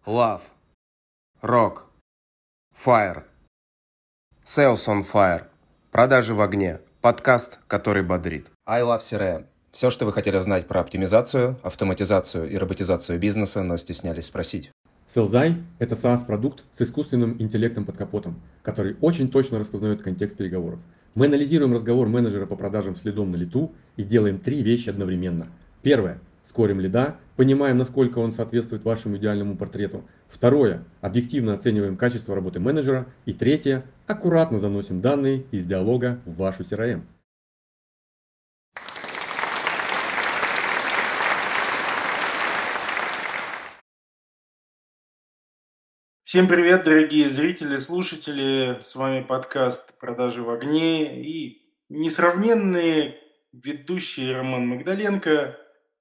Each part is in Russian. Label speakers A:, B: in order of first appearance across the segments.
A: Love, Rock, Fire, Sales on Fire, Продажи в огне, подкаст, который бодрит. I Love CRM. Все, что вы хотели знать про оптимизацию, автоматизацию и роботизацию бизнеса, но стеснялись спросить.
B: Sellzai – это SaaS-продукт с искусственным интеллектом под капотом, который очень точно распознает контекст переговоров. Мы анализируем разговор менеджера по продажам следом на лету и делаем 3 вещи одновременно. Первое – скорим лида, понимаем, насколько он соответствует вашему идеальному портрету. Второе – объективно оцениваем качество работы менеджера. И третье – аккуратно заносим данные из диалога в вашу CRM.
C: Всем привет, дорогие зрители, слушатели. С вами подкаст «Продажи в огне» и несравненные ведущие Роман Магдаленко.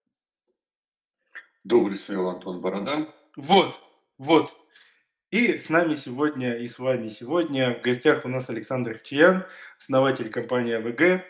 D: Добрый сел Антон Борода.
C: Вот. И с нами сегодня, и с вами сегодня в гостях у нас Александр Хчиян, основатель компании АВГ,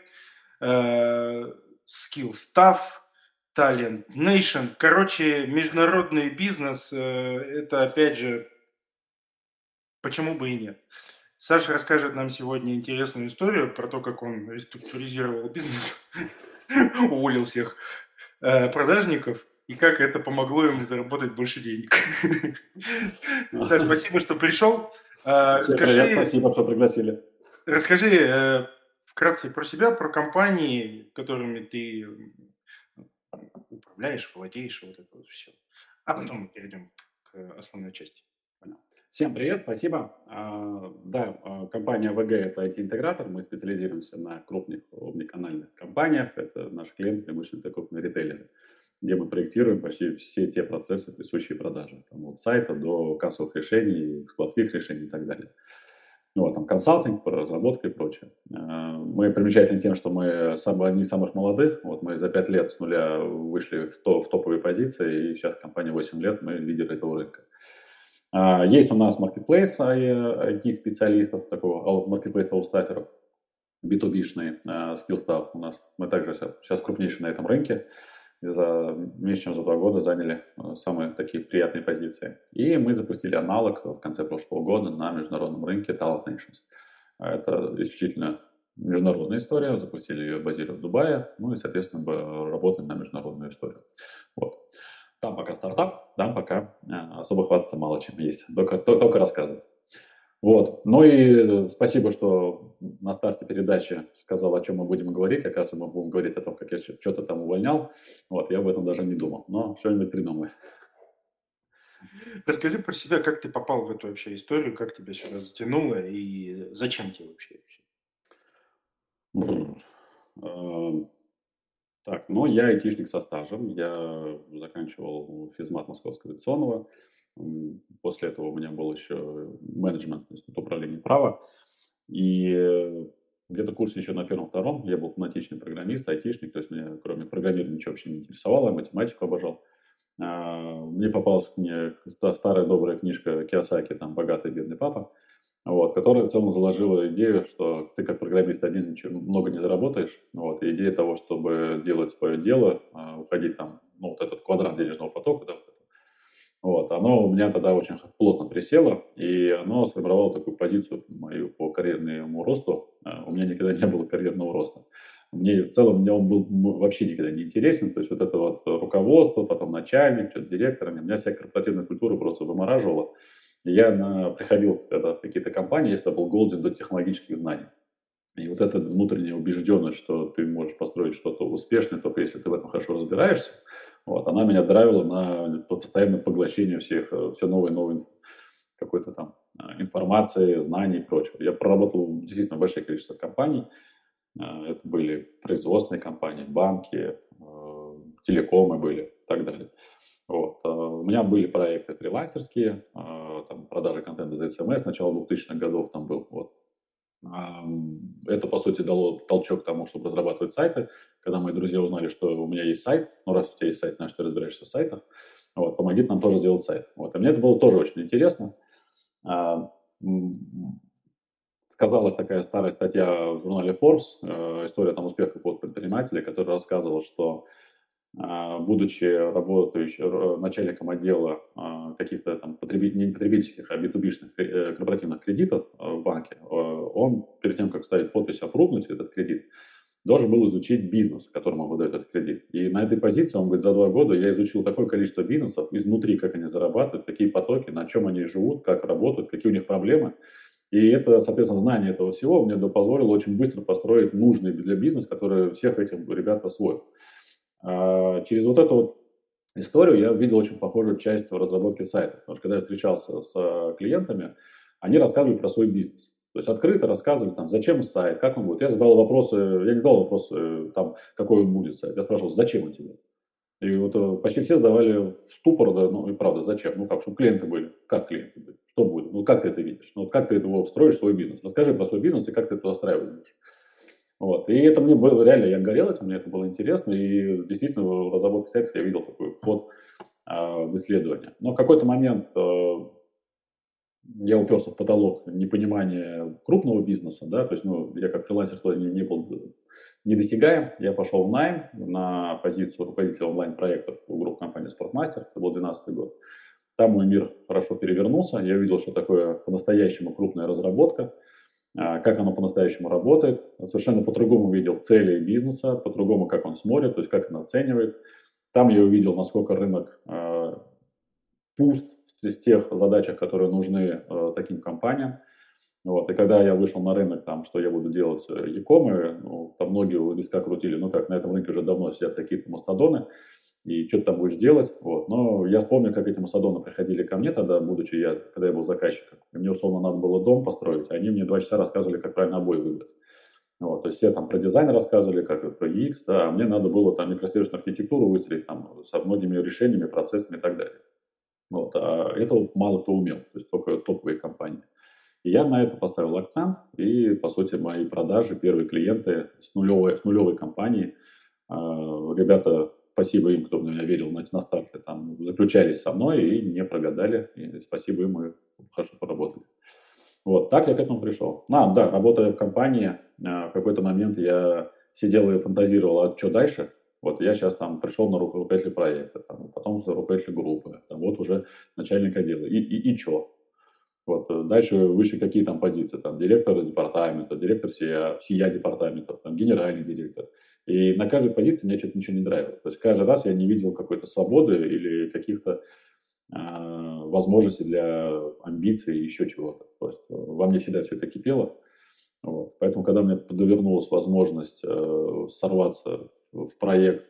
C: Skillstaff, Talent Nation. Короче, международный бизнес, это опять же, почему бы и нет. Саша расскажет нам сегодня интересную историю про то, как он реструктуризировал бизнес, уволил всех продажников, и как это помогло ему заработать больше денег. Саша, спасибо, что пришел.
E: Спасибо, что пригласили.
C: Расскажи вкратце про себя, про компании, которыми ты управляешь, владеешь, вот это вот все. А потом мы перейдем к основной части.
E: Всем привет, спасибо. Да, компания АВГ – это IT-интегратор. Мы специализируемся на крупных омниканальных компаниях. Это наши клиенты, преимущественно это крупные ритейлеры, где мы проектируем почти все те процессы, присущие продаже. Там, от сайта до кассовых решений, складских решений и так далее. Вот, там консалтинг, разработка и прочее. Мы примечательны тем, что мы одни из самых молодых. Вот мы за 5 лет с нуля вышли в топовые позиции, и сейчас компания 8 лет, мы лидеры этого рынка. Есть у нас маркетплейс IT-специалистов, такого маркетплейса аутстаферов, B2B-шный, Skillstaff у нас. Мы также сейчас крупнейшие на этом рынке. Меньше чем за 2 года заняли самые такие приятные позиции. И мы запустили аналог в конце прошлого года на международном рынке Talent Nations. Это исключительно международная история. Запустили ее, базируя в Дубае. Ну и, соответственно, работаем на международную историю. Вот. Там пока стартап, там пока особо хвастаться мало чем есть, только рассказывать. Вот. Ну и спасибо, что на старте передачи сказал, о чем мы будем говорить. Оказывается, мы будем говорить о том, как я что-то там увольнял. Вот, я об этом даже не думал, но что-нибудь придумаю.
C: Расскажи про себя, как ты попал в эту вообще историю, как тебя сюда затянуло и зачем тебе вообще?
E: Так, ну, я айтишник со стажем, я заканчивал физмат Московского авиационного, после этого у меня был еще менеджмент, институт управления права, и где-то курсе еще на 1-2 я был фанатичный программист, айтишник, то есть меня кроме программирования ничего вообще не интересовало, я математику обожал. Мне попалась старая добрая книжка Кийосаки, там «Богатый бедный папа», вот, которая в целом заложила идею, что ты как программист один ничего, много не заработаешь. Вот, и идея того, чтобы делать свое дело, уходить там, ну, вот этот квадрат денежного потока, да, вот, оно у меня тогда очень плотно присело, и оно сформировало такую позицию мою по карьерному росту. У меня никогда не было карьерного роста. Мне в целом он был вообще никогда не интересен, то есть вот это вот руководство, потом начальник, что-то директором, меня вся корпоративная культура просто вымораживала. Я приходил когда в какие-то компании, если был голоден до технологических знаний. И вот эта внутренняя убежденность, что ты можешь построить что-то успешное, только если ты в этом хорошо разбираешься, вот, она меня драйвила на постоянное поглощение все новой и новой какой-то там информации, знаний и прочего. Я проработал действительно большое количество компаний. Это были производственные компании, банки, телекомы были и так далее. Вот. У меня были проекты фрилансерские, там, продажа контента за СМС, с начала 2000-х годов там был. Вот. Это, по сути, дало толчок к тому, чтобы разрабатывать сайты. Когда мои друзья узнали, что у меня есть сайт, ну, раз у тебя есть сайт, значит, ты разбираешься в сайтах, вот, помоги нам тоже сделать сайт. Вот. И мне это было тоже очень интересно. Сказалась такая старая статья в журнале Forbes, история там успеха какого-то предпринимателя, который рассказывал, что будучи начальником отдела каких-то там не потребительских, а B2B-шных корпоративных кредитов в банке, он перед тем, как ставить подпись «Аппрувнуть» этот кредит, должен был изучить бизнес, которому выдает этот кредит. И на этой позиции, он говорит, за 2 года я изучил такое количество бизнесов изнутри, как они зарабатывают, какие потоки, на чем они живут, как работают, какие у них проблемы. И это, соответственно, знание этого всего мне позволило очень быстро построить нужный для бизнеса, который всех этих ребят освоил. Через вот эту вот историю я увидел очень похожую часть в разработке сайта. Потому что когда я встречался с клиентами, они рассказывали про свой бизнес. То есть открыто рассказывали, там, зачем сайт, как он будет. Я не задал вопросы, там, какой он будет сайт. Я спрашивал, зачем он тебе? И вот почти все сдавали в ступор, да, ну и правда, зачем? Ну как, чтобы клиенты были. Как клиенты были? Что будет? Ну как ты это видишь? Ну вот как ты его встроишь в свой бизнес? Расскажи про свой бизнес и как ты это устраиваешь. Вот. И это мне было, реально, я горел этим, мне это было интересно, и действительно в разработке сайтов я видел такой вход в исследование. Но в какой-то момент я уперся в потолок непонимания крупного бизнеса, да, то есть, ну, я как фрилансер не был недосягаем, я пошел в найм на позицию руководителя онлайн-проектов в группе компании «Спортмастер», это был 2012 год. Там мой мир хорошо перевернулся, я увидел, что такое по-настоящему крупная разработка, как оно по-настоящему работает. Совершенно по-другому видел цели бизнеса, по-другому, как он смотрит, то есть как он оценивает. Там я увидел, насколько рынок пуст в тех задачах, которые нужны таким компаниям. Вот. И когда я вышел на рынок, там, что я буду делать e-commerce, ну, там многие у виска крутили, ну как, на этом рынке уже давно сидят такие-то мастодоны, и что ты там будешь делать. Вот. Но я помню, как эти мастодоны приходили ко мне тогда, когда я был заказчиком. И мне, условно, надо было дом построить, а они мне 2 часа рассказывали, как правильно обои выбрать. Вот. То есть все там про дизайн рассказывали, как про UX, да, а мне надо было там микросервисную архитектуру выстроить там, со многими решениями, процессами и так далее. Вот. А этого мало кто умел, то есть только топовые компании. И я на это поставил акцент, и, по сути, мои продажи, первые клиенты с нулевой компании, ребята, спасибо им, кто в меня верил на старте, там, заключались со мной и не прогадали, и спасибо им, мы хорошо поработали. Вот, так я к этому пришел. Да, работая в компании, в какой-то момент я сидел и фантазировал, а что дальше? Вот я сейчас там пришел на руководителя проекта, там, потом руководитель группы, там, вот уже начальник отдела. И что? Вот, дальше выше какие там позиции, там, директор департамента, директор сия департамента, там, генеральный директор. И на каждой позиции мне что-то ничего не нравилось. То есть каждый раз я не видел какой-то свободы или каких-то возможностей для амбиций и еще чего-то. То есть во мне всегда все это кипело. Вот. Поэтому, когда мне подвернулась возможность сорваться в проект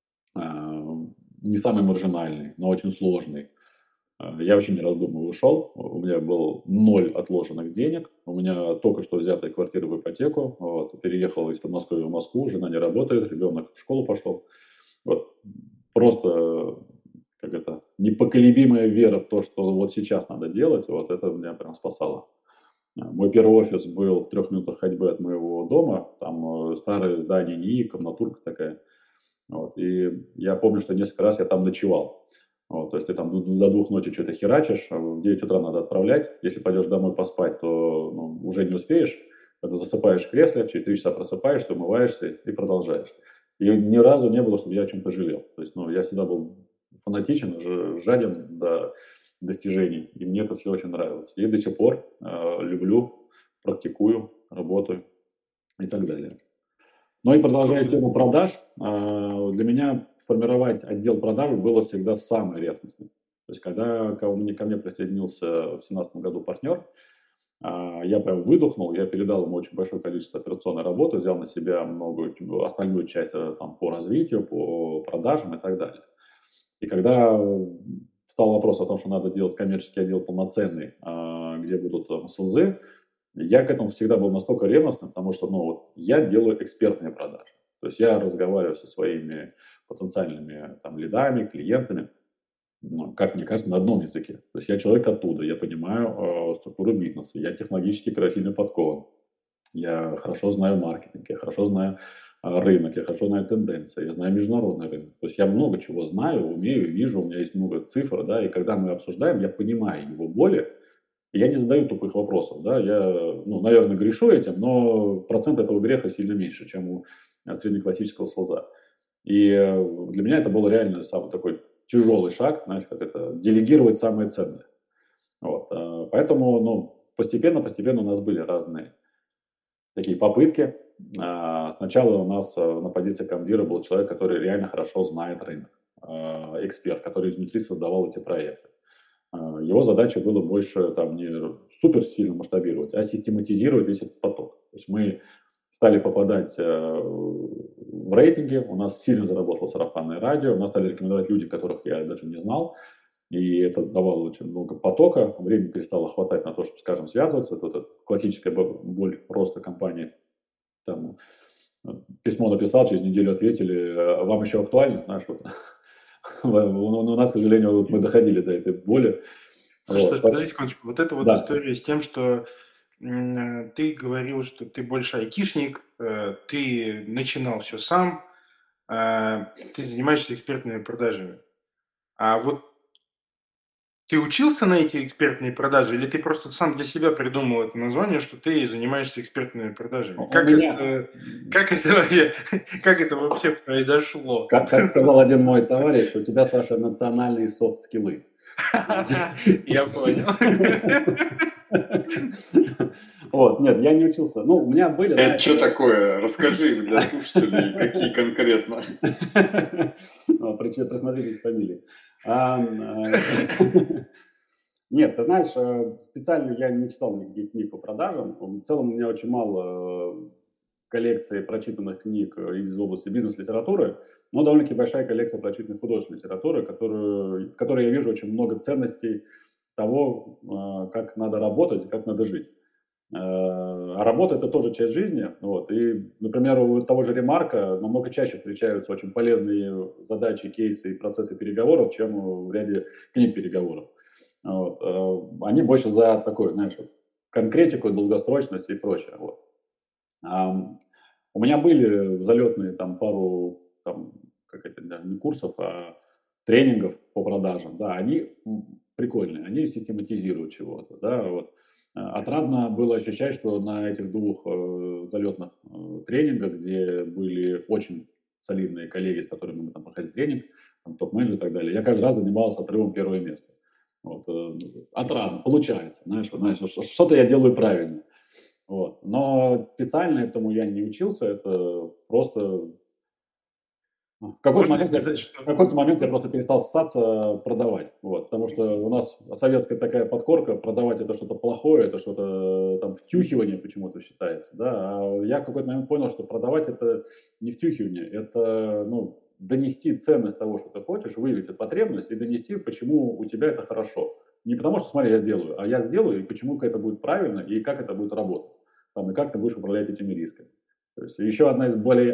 E: не самый маржинальный, но очень сложный, я вообще не раздумывая ушел. У меня был 0 отложенных денег. У меня только что взятая квартира в ипотеку. Вот. Переехал из Подмосковья в Москву. Жена не работает, ребенок в школу пошел. Вот. Просто непоколебимая вера в то, что вот сейчас надо делать. Вот это меня прям спасало. Мой первый офис был в 3 минутах ходьбы от моего дома. Там старое здание НИИ, комнатурка такая. Вот. И я помню, что несколько раз я там ночевал. Вот, то есть ты там до 2 ночи что-то херачишь, а в 9 утра надо отправлять. Если пойдешь домой поспать, то уже не успеешь. Ты засыпаешь в кресле, через 3 часа просыпаешься, умываешься и продолжаешь. И ни разу не было, чтобы я о чем-то жалел. То есть я всегда был фанатичен, жаден до достижений. И мне это все очень нравилось. И до сих пор люблю, практикую, работаю и так далее. Ну и продолжая тему продаж, для меня формировать отдел продаж было всегда самое ревностное. То есть когда ко мне присоединился в 2017 году партнер, я прям выдохнул, я передал ему очень большое количество операционной работы, взял на себя остальную часть там, по развитию, по продажам и так далее. И когда стал вопрос о том, что надо делать коммерческий отдел полноценный, где будут СЛЗ, я к этому всегда был настолько ревностным, потому что я делаю экспертные продажи. То есть я разговариваю со своими потенциальными там, лидами, клиентами, как мне кажется, на одном языке. То есть я человек оттуда, я понимаю структуру бизнеса, я технологически оперативно подкован, я хорошо знаю маркетинг, я хорошо знаю рынок, я хорошо знаю тенденции, я знаю международный рынок. То есть я много чего знаю, умею, вижу, у меня есть много цифр, да, и когда мы обсуждаем, я понимаю его боли, и я не задаю тупых вопросов, да, я, наверное, грешу этим, но процент этого греха сильно меньше, чем у среднеклассического СЛЗа. И для меня это был реально самый такой тяжелый шаг, знаешь, как это, делегировать самое ценное. Вот, поэтому, ну, постепенно у нас были разные такие попытки. Сначала у нас на позиции комдира был человек, который реально хорошо знает рынок, эксперт, который изнутри создавал эти проекты. Его задача было больше там не супер сильно масштабировать, а систематизировать весь этот поток. То есть мы стали попадать в рейтинги, у нас сильно заработало сарафанное радио, нас стали рекомендовать люди, которых я даже не знал, и это давало очень много потока, времени перестало хватать на то, чтобы, скажем, связываться. Это классическая боль роста компании. Там, письмо написал, через неделю ответили, вам еще актуально, знаешь, вот. У нас, к сожалению, вот мы доходили до этой боли.
C: Слушай,
E: Вот.
C: подожди секундочку. Вот эта вот
E: Да.
C: история с тем, что ты говорил, что ты больше айтишник, ты начинал все сам, ты занимаешься экспертными продажами. А вот ты учился на эти экспертные продажи, или ты просто сам для себя придумал это название, что ты занимаешься экспертными продажами? Как это вообще произошло?
E: Как сказал один мой товарищ, у тебя, Саша, национальные софт-скиллы.
C: Я понял.
E: Вот, нет, я не учился. Ну, у меня были...
D: Это что такое? Расскажи им для слушателей, какие конкретно.
E: Присмотритесь фамилии. Нет, ты знаешь, специально я не читал никаких книг по продажам. В целом у меня очень мало коллекции прочитанных книг из области бизнес-литературы, но довольно-таки большая коллекция прочитанной художественной литературы, в которой я вижу очень много ценностей того, как надо работать, как надо жить. А работа – это тоже часть жизни. Вот. И, например, у того же Ремарка намного чаще встречаются очень полезные задачи, кейсы и процессы переговоров, чем в ряде книг переговоров. Вот. Они больше за такую, знаешь, конкретику, долгосрочность и прочее. Вот. У меня были залетные там пару, там, не курсов, а тренингов по продажам. Да, они прикольные, они систематизируют чего-то. Да, вот. Отрадно было ощущать, что на этих двух залетных тренингах, где были очень солидные коллеги, с которыми мы там проходили тренинг, там, топ-менеджеры и так далее, я каждый раз занимался отрывом первое место. Вот, отрадно, получается, знаешь, что-то я делаю правильно. Вот. Но специально этому я не учился, это просто... В какой-то момент я просто перестал ссаться продавать, вот, потому что у нас советская такая подкорка, продавать это что-то плохое, это что-то там втюхивание почему-то считается, да, а я в какой-то момент понял, что продавать это не втюхивание, это, ну, донести ценность того, что ты хочешь, выявить потребность и донести, почему у тебя это хорошо. Не потому что, смотри, я сделаю, а я сделаю, и почему это будет правильно, и как это будет работать, там, и как ты будешь управлять этими рисками. То есть еще одна из болей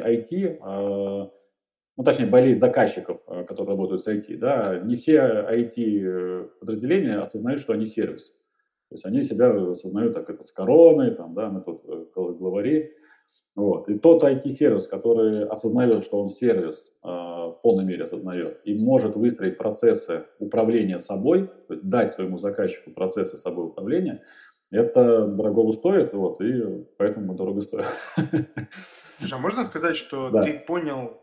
E: IT, ну, точнее, болезнь заказчиков, которые работают с IT, да, не все IT-подразделения осознают, что они сервис. То есть они себя осознают так, это с короной, там, да, мы тут главари. Вот. И тот IT-сервис, который осознает, что он сервис, в полной мере осознает, и может выстроить процессы управления собой, то есть дать своему заказчику процессы собой управления, это дорого стоит, вот, и поэтому дорого стоит.
C: Слушай, а можно сказать, что
E: Да.
C: ты понял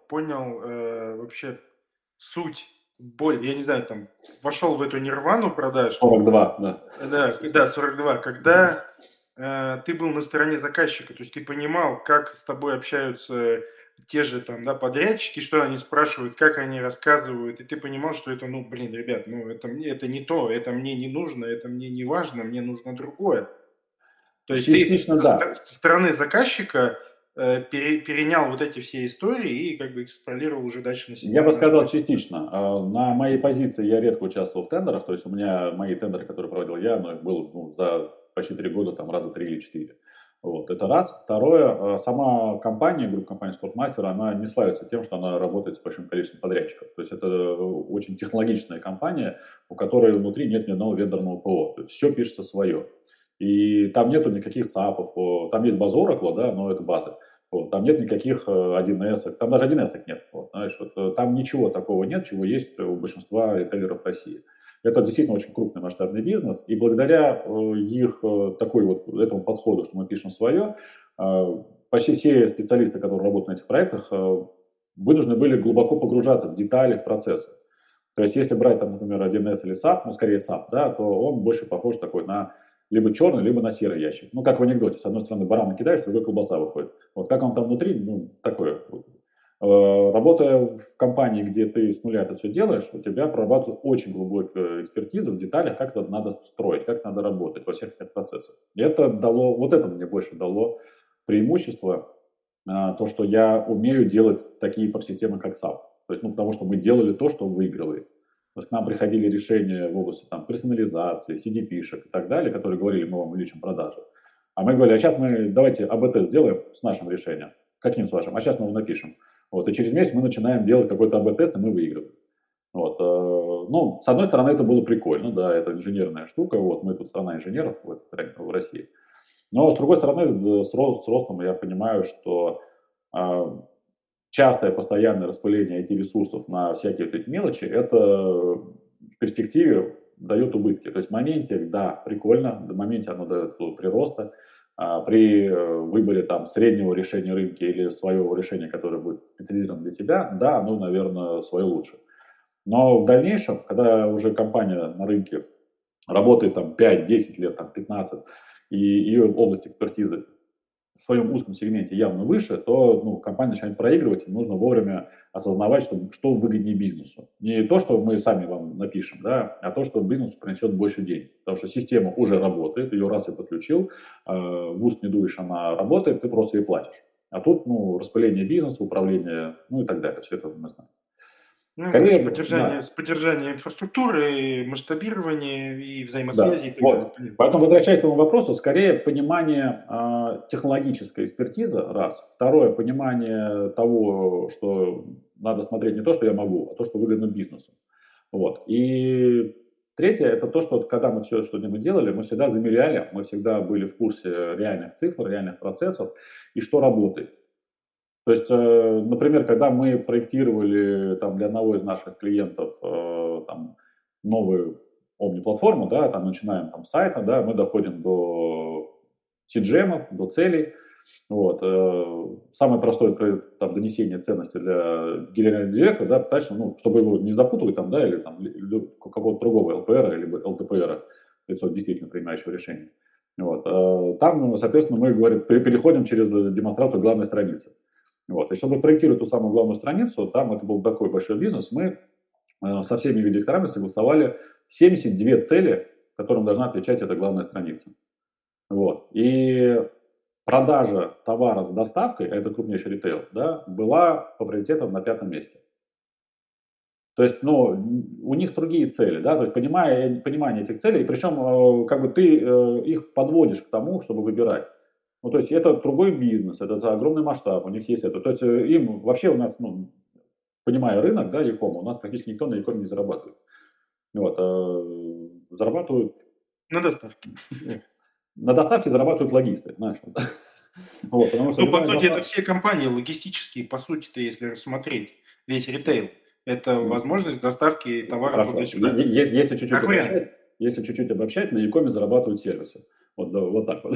C: вообще суть, боль, я не знаю, там, вошел в эту нирвану продаж?
E: 42, да.
C: Да, 42. Когда ты был на стороне заказчика, то есть ты понимал, как с тобой общаются те же там, да, подрядчики, что они спрашивают, как они рассказывают, и ты понимал, что это, ну, блин, ребят, ну, это не то, это мне не нужно, это мне не важно, мне нужно другое. То есть
E: частично,
C: ты
E: да.
C: со стороны заказчика перенял вот эти все истории и как бы экстраполировал уже дальше на себя.
E: Я бы сказал частично. На моей позиции я редко участвовал в тендерах, то есть у меня мои тендеры, которые проводил я, но их было за почти 3 года там раза 3 или 4. Вот, это раз. Второе, сама компания, группа компании Sportmaster, она не славится тем, что она работает с большим количеством подрядчиков. То есть это очень технологичная компания, у которой внутри нет ни одного вендорного ПО. То есть все пишется свое. И там нету никаких САПов, там есть база Oracle, да, но это база. Вот, там нет никаких 1С, там даже 1С нет. Вот, знаешь, вот, там ничего такого нет, чего есть у большинства ритейлеров России. Это действительно очень крупный масштабный бизнес, и благодаря их такой вот этому подходу, что мы пишем свое, почти все специалисты, которые работают на этих проектах, вынуждены были глубоко погружаться в детали, в процессы. То есть, если брать, там, например, 1С или SAP, ну, скорее SAP, да, то он больше похож такой на либо черный, либо на серый ящик. Ну, как в анекдоте. С одной стороны, баран кидаешь, с другой колбаса выходит. Вот как он там внутри, ну, такое. Работая в компании, где ты с нуля это все делаешь, у тебя прорабатывают очень глубокую экспертизу в деталях, как это надо строить, как надо работать во всех этих процессах. И это дало, вот это мне больше дало преимущество, то, что я умею делать такие подсистемы, как SAP. То есть, ну, потому что мы делали то, что выигрывает. То есть к нам приходили решения в области там, персонализации, CDP-шек и так далее, которые говорили, мы вам увеличим продажи. А мы говорили, а сейчас мы давайте АБ-тест сделаем с нашим решением. Каким с вашим? А сейчас мы его напишем. Вот, и через месяц мы начинаем делать какой-то АБ-тест, и мы выигрываем. Вот, ну, с одной стороны, это было прикольно, да, это инженерная штука, вот, мы тут страна инженеров в России. Но, с другой стороны, с ростом я понимаю, что частое постоянное распыление IT-ресурсов на всякие вот эти мелочи, это в перспективе дает убытки. То есть в моменте, да, прикольно, в моменте оно дает прироста, при выборе там среднего решения рынка или своего решения, которое будет специализировано для тебя, да, оно, наверное, свое лучше. Но в дальнейшем, когда уже компания на рынке работает там 5-10 лет, там 15, и ее область экспертизы в своем узком сегменте явно выше, то ну, компания начинает проигрывать, и нужно вовремя осознавать, что выгоднее бизнесу. Не то, что мы сами вам напишем, да, а то, что бизнесу принесет больше денег. Потому что система уже работает, ее раз и подключил, в уст не дуешь, она работает, ты просто ей платишь. А тут ну, распыление бизнеса, управление, ну и так далее, все это мы знаем.
C: Ну,
E: Скорее,
C: короче, поддержание инфраструктуры, масштабирование и взаимосвязи.
E: Да,
C: И так
E: вот.
C: далее.
E: Поэтому, возвращаясь к этому вопросу, скорее понимание технологической экспертизы, раз. Второе, понимание того, что надо смотреть не то, что я могу, а то, что выгодно бизнесу. Вот. И третье, это то, что когда мы все, что мы делали, мы всегда замеряли, мы всегда были в курсе реальных цифр, реальных процессов и что работает. То есть, например, когда мы проектировали там, для одного из наших клиентов там, новую Omni-платформу, да, там начинаем там, с сайта, да, мы доходим до CGM, до целей. Вот. Самое простое там, донесение ценности для генерального директора, да, пытаешься, ну, чтобы его не запутывать там, да, или там какого-то другого ЛПР или ЛТПР, лицо действительно принимающего решения. Вот. Там, соответственно, мы говорим, переходим через демонстрацию главной страницы. Вот. И чтобы проектировать ту самую главную страницу, там это был такой большой бизнес, мы со всеми директорами согласовали 72 цели, которым должна отвечать эта главная страница. Вот. И продажа товара с доставкой, а это крупнейший ритейл, да, была по приоритетам на 5-м месте. То есть, ну, у них другие цели, да, то есть понимание этих целей, причем как бы ты их подводишь к тому, чтобы выбирать. Ну, то есть это другой бизнес, это огромный масштаб, у них есть это. То есть им вообще у нас, ну, понимая рынок, да, e-com, у нас практически никто на e-com не зарабатывает. Вот, зарабатывают...
C: На доставке.
E: На доставке зарабатывают логисты, знаешь. Вот, потому что
C: ну, по сути, это все компании логистические, по сути-то, если рассмотреть весь ритейл. Это возможность доставки товара туда-сюда.
E: Если чуть-чуть обобщать, на e-com зарабатывают сервисы. Вот, да, вот так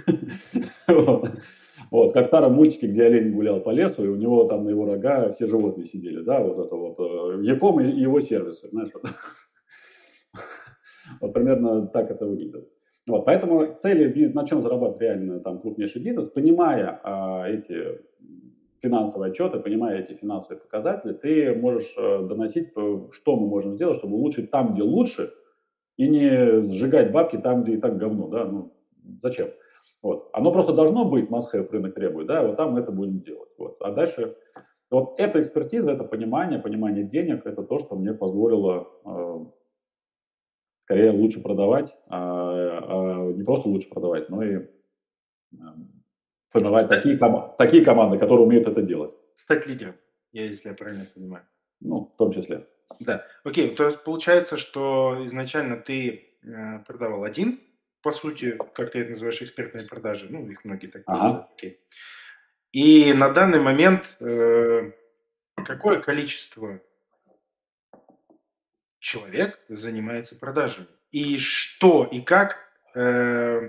E: вот. Вот, как в старом мультике, где олень гулял по лесу, и у него там на его рога все животные сидели, да, вот это вот, e-com и его сервисы, знаешь, вот. Вот примерно так это выглядит. Вот, поэтому цели, на чем зарабатывать реально там крупнейший бизнес, понимая эти финансовые отчеты, понимая эти финансовые показатели, ты можешь доносить, что мы можем сделать, чтобы улучшить там, где лучше, и не сжигать бабки там, где и так говно, да, ну, зачем? Вот. Оно просто должно быть, must-have рынок требует, да, вот там мы это будем делать. Вот. А дальше, вот эта экспертиза, это понимание денег, это то, что мне позволило скорее лучше продавать, не просто лучше продавать, но и формировать такие команды, которые умеют это делать.
C: Стать лидером, если я правильно понимаю.
E: Ну, в том числе.
C: Да. Окей, то есть получается, что изначально ты продавал один, по сути, как ты это называешь, экспертные продажи, ну, их многие так делают. Окей. И на данный момент какое количество человек занимается продажами? И что и как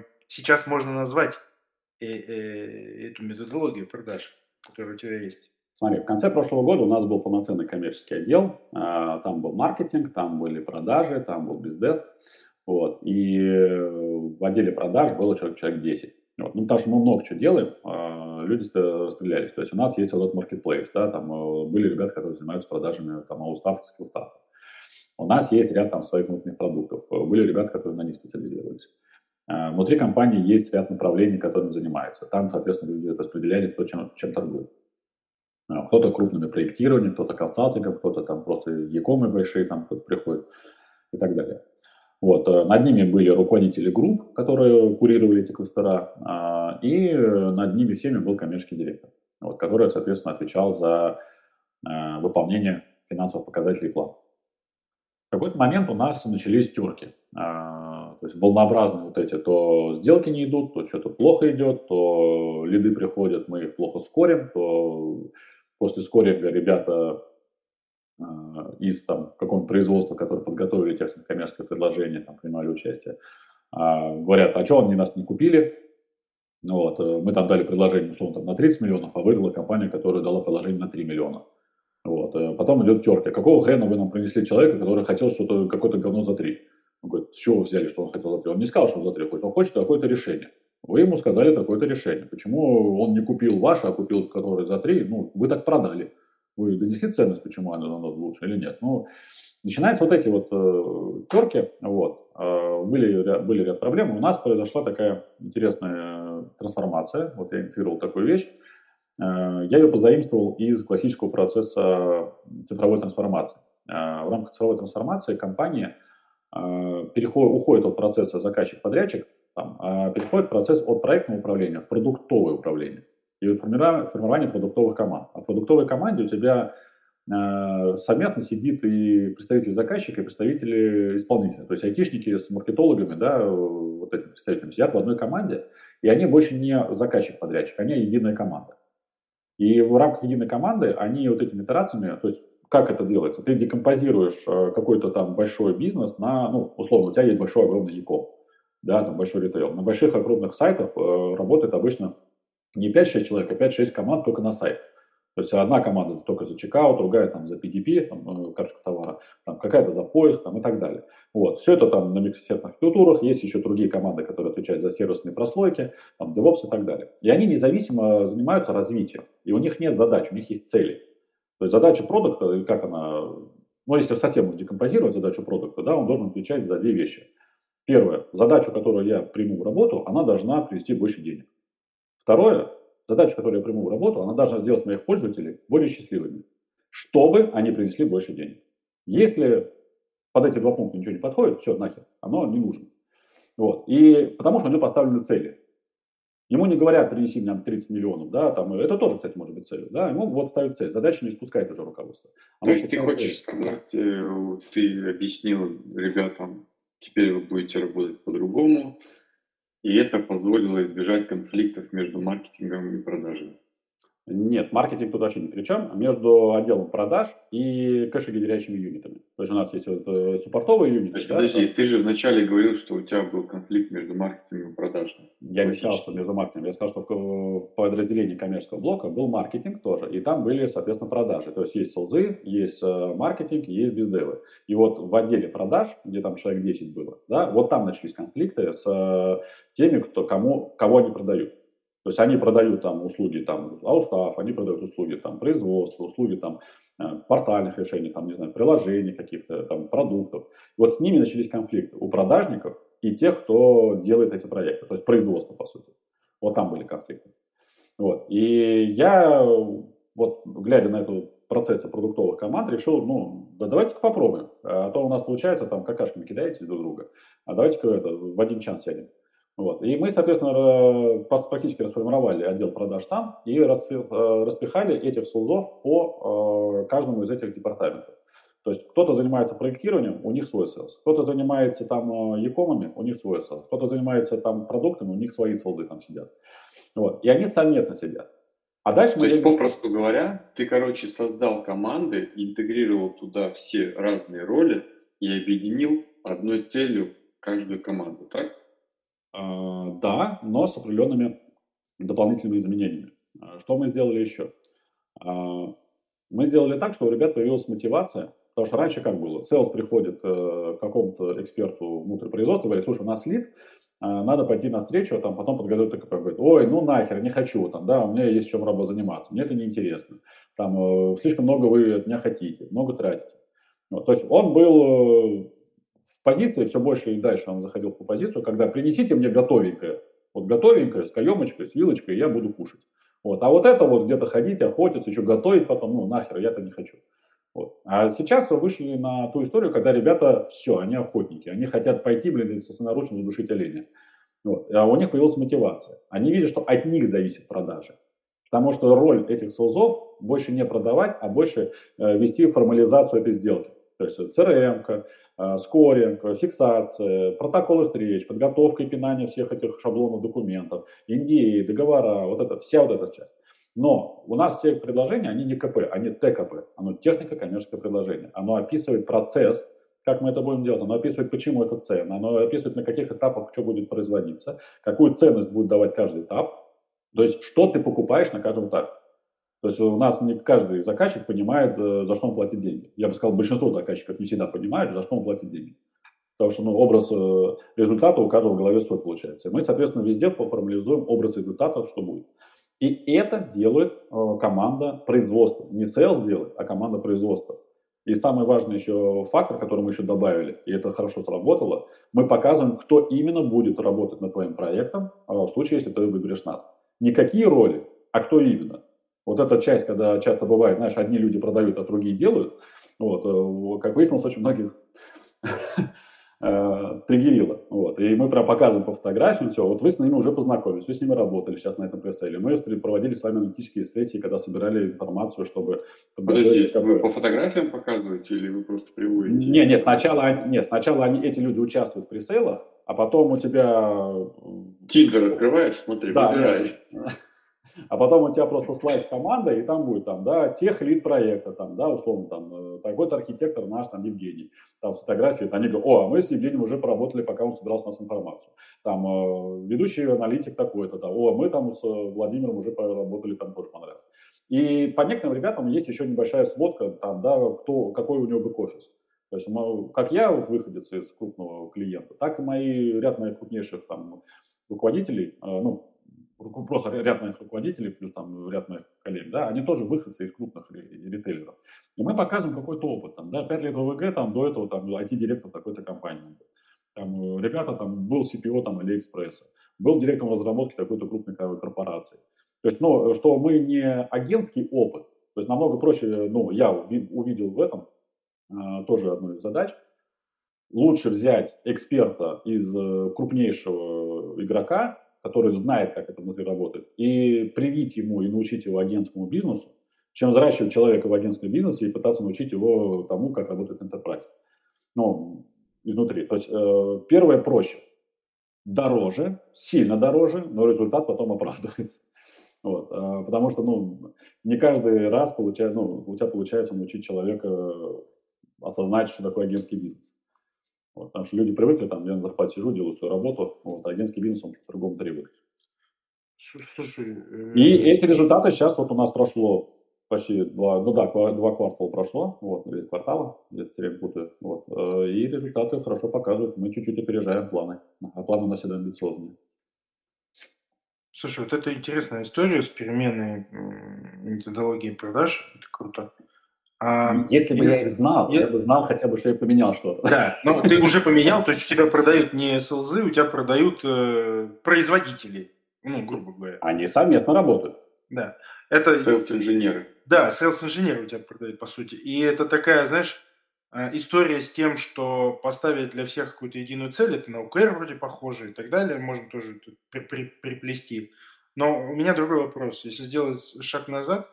C: сейчас можно назвать эту методологию продаж, которая у тебя есть?
E: Смотри, в конце прошлого года у нас был полноценный коммерческий отдел, там был маркетинг, там были продажи, там был бездев, вот, и в отделе продаж было человек 10. Вот. Ну, потому что мы много чего делаем, люди распределялись. То есть у нас есть вот этот marketplace, да, там были ребята, которые занимаются продажами там Allstaff, Skillstaff. У нас есть ряд там своих внутренних продуктов. Были ребята, которые на них специализировались. Внутри компании есть ряд направлений, которыми занимаются. Там, соответственно, люди распределяли, кто чем торгует. Кто-то крупными проектированием, кто-то консалтингом, кто-то там просто e-commerce большие, там кто-то приходит и так далее. Вот. Над ними были руководители групп, которые курировали эти кластера, и над ними всеми был коммерческий директор, вот, который, соответственно, отвечал за выполнение финансовых показателей плана. В какой-то момент у нас начались терки. То есть волнообразные вот эти, то сделки не идут, то что-то плохо идет, то лиды приходят, мы их плохо скорим, то после скоринга ребята из там, какого-нибудь производства, которые подготовили технико-коммерческое предложение, там, принимали участие, говорят, а что они нас не купили? Ну, вот, мы там дали предложение, условно, там, на 30 миллионов, а выиграла компания, которая дала предложение на 3 миллиона. Вот. Потом идет терка. Какого хрена вы нам принесли человека, который хотел что-то, какое-то говно за 3? Он говорит, с чего вы взяли, что он хотел за 3? Он не сказал, что он за 3 хочет, он хочет какое-то решение. Вы ему сказали такое-то решение. Почему он не купил ваше, а купил который за 3? Ну, вы так продали. Вы донесли ценность, почему оно лучше или нет? Ну, начинаются вот эти вот терки, вот. Были ряд проблем. У нас произошла такая интересная трансформация. Вот я инициировал такую вещь. Я ее позаимствовал из классического процесса цифровой трансформации. В рамках цифровой трансформации компания уходит от процесса заказчик-подрядчик, переходит в процесс от проектного управления в продуктовое управление и формирование продуктовых команд. А в продуктовой команде у тебя совместно сидит и представитель заказчика, и представители исполнителя. То есть айтишники с маркетологами, да, вот этими представителями сидят в одной команде, и они больше не заказчик-подрядчик, они единая команда. И в рамках единой команды они вот этими итерациями, то есть как это делается? Ты декомпозируешь какой-то там большой бизнес на, ну, условно, у тебя есть большой огромный e-com, да, там большой ритейл. На больших огромных сайтах работает обычно не 5-6 человек, а 5-6 команд только на сайт. То есть одна команда только за чекаут, другая там за PDP, там, карточку товара, там, какая-то за поиск там, и так далее. Вот. Все это там на микросервисных архитектурах, есть еще другие команды, которые отвечают за сервисные прослойки, там, DevOps и так далее. И они независимо занимаются развитием, и у них нет задач, у них есть цели. То есть задача продукта, как она, ну если совсем декомпозировать задачу продукта, да, он должен отвечать за две вещи. Первое, задачу, которую я приму в работу, она должна привести больше денег. Второе, задача, которую я приму в работу, она должна сделать моих пользователей более счастливыми, чтобы они принесли больше денег. Если под эти два пункта ничего не подходит, все, нахер, оно не нужно. Вот. И потому что у него поставлены цели. Ему не говорят, принеси нам 30 миллионов, да, там, это тоже, кстати, может быть целью, да, ему вот ставят цель, задача не спускает уже руководство.
D: То есть ты хочешь сказать, ты объяснил ребятам, теперь вы будете работать по-другому, и это позволило избежать конфликтов между маркетингом и продажей?
E: Нет, маркетинг тут вообще ни при чем. Между отделом продаж и кэшегенерящими юнитами. То есть у нас есть вот суппортовые юниты.
D: Значит, подожди, ты же вначале говорил, что у тебя был конфликт между маркетингом и продажей.
E: Я не сказал, что между маркетингом. Я сказал, что в подразделении коммерческого блока был маркетинг тоже. И там были, соответственно, продажи. То есть есть селзы, есть маркетинг, есть бездевы. И вот в отделе продаж, где там человек 10 было, да, вот там начались конфликты с теми, кого они продают. То есть они продают там услуги там Allstaff, они продают услуги там производства, услуги там портальных решений, там, не знаю, приложений каких-то там продуктов. И вот с ними начались конфликты у продажников и тех, кто делает эти проекты, то есть производство, по сути. Вот там были конфликты. Вот. И я, вот глядя на эту процессы продуктовых команд, решил, ну, да давайте-ка попробуем. А то у нас получается там какашками кидаете друг друга, а давайте-ка в один чан сядем. Вот. И мы, соответственно, практически расформировали отдел продаж там и распихали этих селзов по каждому из этих департаментов. То есть кто-то занимается проектированием, у них свой селс. Кто-то занимается там e-комами, у них свой селс. Кто-то занимается там продуктами, у них свои селзы там сидят. Вот. И они совместно сидят. А дальше
D: То есть, попросту говоря, ты, короче, создал команды, интегрировал туда все разные роли и объединил одной целью каждую команду, так?
E: Да, но с определенными дополнительными изменениями. Что мы сделали еще? Мы сделали так, что у ребят появилась мотивация, потому что раньше как было? Sales приходит к какому-то эксперту внутрь производства, говорит, слушай, у нас лид, надо пойти навстречу, там, потом подготовить ТКП. Говорит, ой, ну нахер, не хочу, там, да, у меня есть чем работать заниматься, мне это неинтересно. Там, слишком много вы от меня хотите, много тратите. Вот, то есть он был в позиции, все больше и дальше он заходил в ту позицию, когда принесите мне готовенькое, вот готовенькое, с каемочкой, с вилочкой, я буду кушать. Вот. А вот это вот где-то ходить, охотиться, еще готовить потом, ну нахер, я-то не хочу. Вот. А сейчас вышли на ту историю, когда ребята, все, они охотники, они хотят пойти, блин, и собственноручно задушить оленя. Вот. А у них появилась мотивация. Они видят, что от них зависит продажа. Потому что роль этих СОЗов больше не продавать, а больше вести формализацию этой сделки. То есть CRM, скоринг, фиксация, протоколы встреч, подготовка и пинание всех этих шаблонов документов, NDA, договора, вот это, вся вот эта часть. Но у нас все предложения, они не КП, они ТКП. Оно технико-коммерческое предложение. Оно описывает процесс, как мы это будем делать, оно описывает, почему это ценно, оно описывает, на каких этапах что будет производиться, какую ценность будет давать каждый этап, то есть что ты покупаешь на каждом этапе. То есть у нас не каждый заказчик понимает, за что он платит деньги. Я бы сказал, большинство заказчиков не всегда понимают, за что он платит деньги. Потому что образ результата у каждого в голове свой получается. И мы, соответственно, везде поформализуем образ результата, что будет. И это делает команда производства. Не sales делает, а команда производства. И самый важный еще фактор, который мы еще добавили, и это хорошо сработало, мы показываем, кто именно будет работать над твоим проектом, в случае, если ты выберешь нас. Не какие роли, а кто именно. Вот эта часть, когда часто бывает, знаешь, одни люди продают, а другие делают, вот, как выяснилось, очень многих триггерило. Вот. И мы прям показываем по фотографиям все. Вот вы с ними уже познакомились, вы с ними работали сейчас на этом прицеле. Мы проводили с вами аналитические сессии, когда собирали информацию, чтобы...
D: Подожди, вы по фотографиям показываете или вы просто приводите?
E: Нет, сначала эти люди участвуют в прицелах, а потом у тебя...
D: Тиндер открываешь, смотри,
E: да,
D: выбираешь.
E: А потом у тебя просто слайд с командой, и там будет там, да, тех лид проекта, там, да, условно, там, такой-то архитектор наш, там, Евгений. Там фотографии, они говорят, о, а мы с Евгением уже поработали, пока он собирал с нас информацию. Там, ведущий аналитик такой-то, там, о, мы там с Владимиром уже поработали, там тоже понравилось. И по некоторым ребятам есть еще небольшая сводка, там, да, какой у него бэк-офис. То есть, как я вот выходец из крупного клиента, так и ряд моих крупнейших там руководителей, просто ряд моих руководителей, плюс там ряд моих коллег, да, они тоже выходцы из крупных ритейлеров. И мы показываем какой-то опыт, там, да, 5 лет ВВГ, там, до этого, там, IT-директор такой-то компании. Там, ребята, там, был CPO, там, Алиэкспресса, был директором разработки такой-то крупной корпорации. То есть, что мы не агентский опыт, то есть намного проще, я увидел в этом тоже одну из задач, лучше взять эксперта из крупнейшего игрока, который знает, как это внутри работает, и привить ему и научить его агентскому бизнесу, чем взращивать человека в агентском бизнесе и пытаться научить его тому, как работает enterprise. Изнутри. То есть первое проще. Дороже, сильно дороже, но результат потом оправдывается. Вот. Потому что не каждый раз у тебя получается научить человека осознать, что такое агентский бизнес. Вот, потому что люди привыкли, там, я на зарплате сижу, делаю свою работу, а агентский бизнес он по-другому требует.
C: Слушай,
E: и эти результаты сейчас вот у нас прошло почти два квартала прошло, вот, 2 квартала, где-то время путаю, вот, и результаты хорошо показывают, мы чуть-чуть опережаем планы, а планы у нас всегда амбициозные.
C: Слушай, вот это интересная история с переменной методологией продаж, это круто.
E: Если бы я их знал, я бы знал хотя бы, что я поменял что-то.
C: Да, но ты уже поменял, то есть у тебя продают не селзы, у тебя продают производители, грубо говоря.
E: Они совместно работают.
C: Да. Это
D: Селс-инженеры.
C: Да, селс-инженеры у тебя продают, по сути. И это такая, знаешь, история с тем, что поставить для всех какую-то единую цель, это на OKR вроде похоже и так далее, можно тоже тут приплести. Но у меня другой вопрос. Если сделать шаг назад,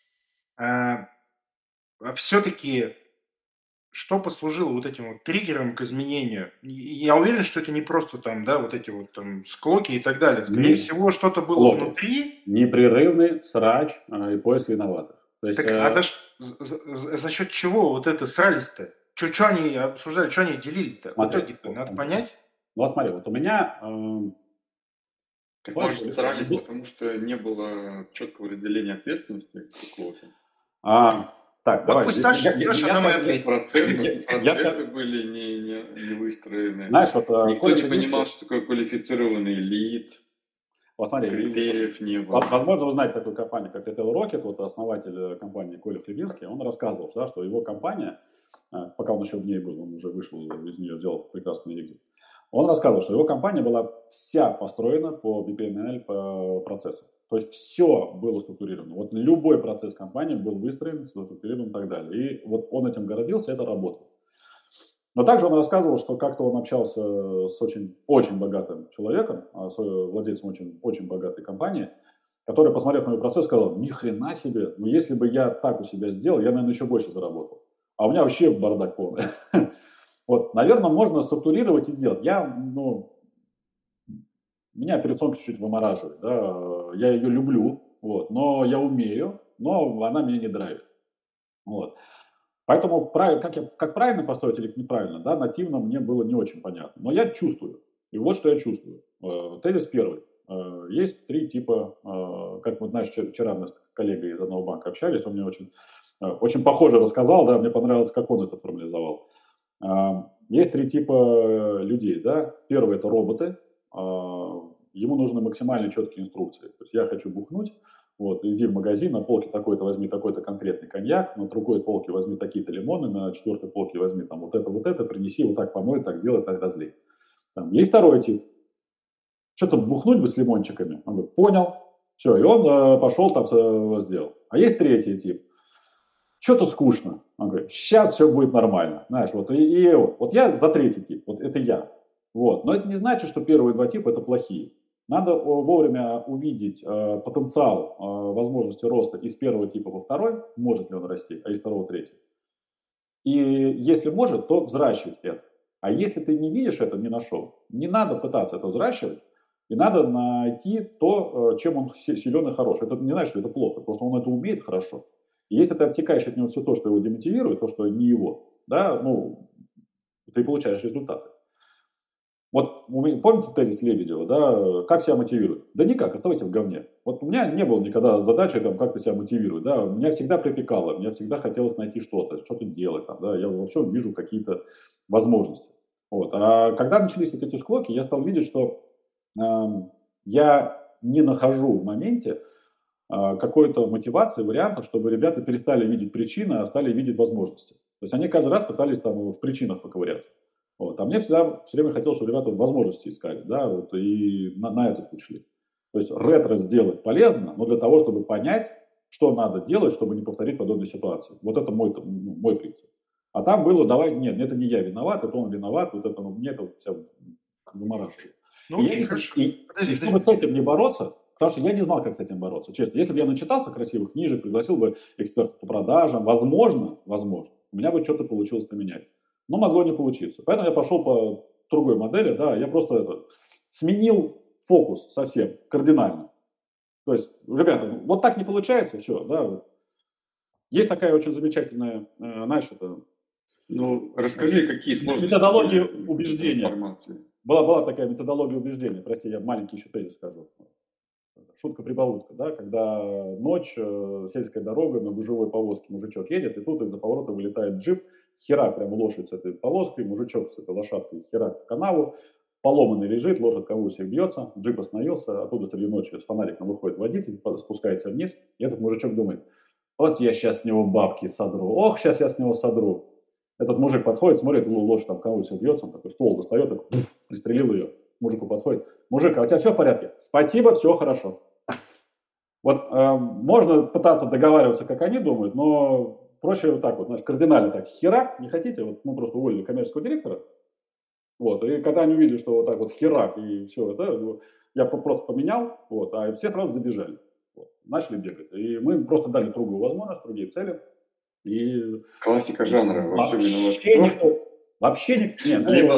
C: все-таки что послужило вот этим вот триггером к изменению? Я уверен, что это не просто там, да, вот эти вот там склоки и так далее. Скорее всего, что-то было внутри.
E: Непрерывный срач и поиск виноватых. То есть,
C: так, за счет чего вот это срались-то? Что они обсуждали, что они делили-то? В итоге-то надо понять.
E: Вот смотри, вот у меня
D: Так
E: Понимаешь,
D: может старались, потому что не было четкого разделения ответственности какого-то.
E: Так,
C: Вот
E: давай.
C: пусть
E: Я-
C: Саша,
E: я-
C: Саша
E: я
C: нам и
E: скажу,
C: ответит.
D: Процессы были не выстроены.
E: знаешь, вот
D: Никто
E: Коля
D: не
E: Клинский,
D: понимал, что такое квалифицированный лид,
E: вот смотри,
D: критериев не было.
E: возможно, вы знаете такую компанию, как Retail Rocket, вот основатель компании Коля Хлебинский, он рассказывал, да, что его компания, пока он еще в ней был, он уже вышел из нее, сделал прекрасный экзит, он рассказывал, что его компания была вся построена по BPML по процессам. То есть все было структурировано. Вот любой процесс компании был выстроен, структурирован и так далее. И вот он этим гордился, это работало. Но также он рассказывал, что как-то он общался с очень, очень богатым человеком, с владельцем очень, очень богатой компании, который, посмотрев на его процесс, сказал: ни хрена себе, ну если бы я так у себя сделал, я, наверное, еще больше заработал. А у меня вообще бардак полный. Вот, наверное, можно структурировать и сделать. Меня операционка чуть-чуть вымораживает, да, я ее люблю, вот, но я умею, но она меня не драйвит. Вот. Поэтому как правильно построить или неправильно, да, нативно мне было не очень понятно. Но я чувствую. И вот что я чувствую. Тезис первый. Есть три типа, как мы, знаешь, вчера мы с коллегой из одного банка общались, он мне очень похоже рассказал, да, мне понравилось, как он это формализовал. Есть три типа людей, да. Первый – это роботы. Ему нужны максимально четкие инструкции. То есть я хочу бухнуть, вот, иди в магазин, на полке такой-то возьми такой-то конкретный коньяк, на другой полке возьми такие-то лимоны, на четвертой полке возьми там вот это, принеси, вот так помой, так сделай, так разлей. Там есть второй тип. Что-то бухнуть бы с лимончиками. Он говорит: понял, все, и он пошел там сделал. А есть третий тип. Что-то скучно. Он говорит: сейчас все будет нормально. Знаешь, вот я за третий тип, вот это я. Вот. Но это не значит, что первые два типа это плохие. Надо вовремя увидеть потенциал возможности роста из первого типа во второй, может ли он расти, а из второго в третий. И если может, то взращивать это. А если ты не видишь это, не нашел, не надо пытаться это взращивать, и надо найти то, чем он силен и хорош. Это не значит, что это плохо, просто он это умеет хорошо. И если ты отсекаешь от него все то, что его демотивирует, то, что не его, да, ты получаешь результаты. Вот помните тезис Лебедева, да, как себя мотивирует? Да никак, оставайся в говне. Вот у меня не было никогда задачи там как-то себя мотивировать, да, меня всегда припекало, мне всегда хотелось найти что-то делать там, да, я во всем вижу какие-то возможности. Вот. А когда начались вот эти склоки, я стал видеть, что я не нахожу в моменте какой-то мотивации, варианта, чтобы ребята перестали видеть причины, а стали видеть возможности. То есть они каждый раз пытались там в причинах поковыряться. Вот. А мне все время хотелось, чтобы ребята возможности искали, да, вот, и на это путь шли. То есть ретро сделать полезно, но для того, чтобы понять, что надо делать, чтобы не повторить подобные ситуации. Вот это мой принцип. А там было: давай, нет, это не я виноват, это он виноват, вот это, мне это вся вымораживает.
C: Ну окей, хорошо.
E: И чтобы с этим не бороться, потому что я не знал, как с этим бороться. Честно, если бы я начитался красивых книжек, пригласил бы экспертов по продажам, возможно, у меня бы что-то получилось поменять. Но могло не получиться. Поэтому я пошел по другой модели, да, я просто сменил фокус совсем, кардинально. То есть, ребята, вот так не получается, все, да. Вот. Есть такая очень замечательная, знаешь,
D: расскажи, какие сложности
E: методология убеждения.
D: Информации.
E: Была такая методология убеждения, прости, я маленький еще тезис скажу. Шутка-прибаутка, да, когда ночь, сельская дорога, на гужевой повозке мужичок едет, и тут из-за поворота вылетает джип, херак прям лошадь с этой повозкой, мужичок с этой лошадкой херак в канаву, поломанный лежит, лошадь конвульсиях бьется, джип остановился, оттуда среди ночи с фонариком выходит водитель, спускается вниз, и этот мужичок думает: вот я сейчас с него бабки содру, ох, сейчас я с него содру. Этот мужик подходит, смотрит, лошадь там в конвульсиях бьется, он такой ствол достает, такой, пристрелил ее, мужику подходит: мужик, а у тебя все в порядке? Спасибо, все хорошо. Вот можно пытаться договариваться, как они думают, но проще вот так вот, знаешь, кардинально так. Херак, не хотите? Вот мы просто уволили коммерческого директора. Вот, и когда они увидели, что вот так вот херак и все это, я просто поменял, вот, а все сразу забежали. Вот, начали бегать. И мы просто дали другую возможность, другие цели. И
D: классика жанра.
E: Вообще никто.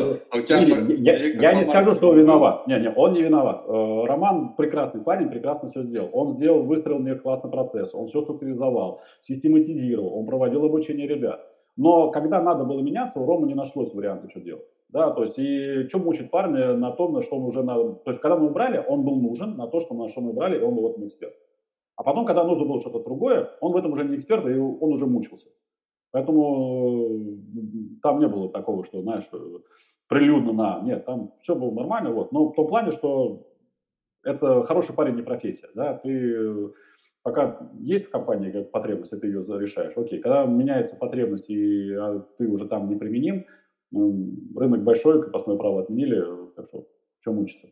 D: Нет,
E: я не скажу, что он виноват. Он не виноват. Роман прекрасный парень, прекрасно все сделал. Он выстроил мне классный процесс, он все структуризовал, систематизировал, он проводил обучение ребят. Но когда надо было меняться, у Ромы не нашлось варианта, что делать. Да, то есть, и что мучить парня на том, на что он уже... То есть, когда мы убрали, он был нужен на то, что на что мы брали, и он был в этом эксперт. А потом, когда нужно было что-то другое, он в этом уже не эксперт, и он уже мучился. Поэтому там не было такого, что, знаешь, прилюдно на... Нет, там все было нормально, вот. Но в том плане, что это хороший парень, не профессия, да. Ты пока есть в компании как потребность, и ты ее решаешь, окей. Когда меняется потребность, и ты уже там неприменим, рынок большой, крепостное право отменили, так что мучиться.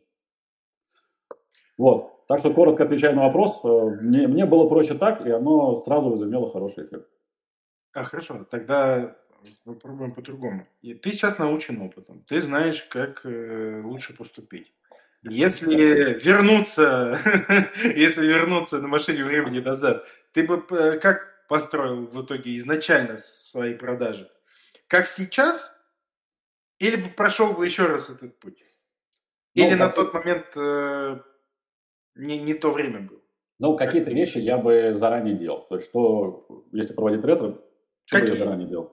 E: Вот. Так что, коротко отвечая на вопрос, мне было проще так, и оно сразу возымело хороший эффект.
C: Хорошо, тогда попробуем по-другому. И ты сейчас научен опытом, ты знаешь, как лучше поступить. Если вернуться, если вернуться на машине времени назад, ты бы как построил в итоге изначально свои продажи? Как сейчас? Или бы прошел бы еще раз этот путь? Или на тот момент не то время было?
E: Ну, какие-то вещи я бы заранее делал. То есть, что, если проводить ретро, что бы я заранее делал?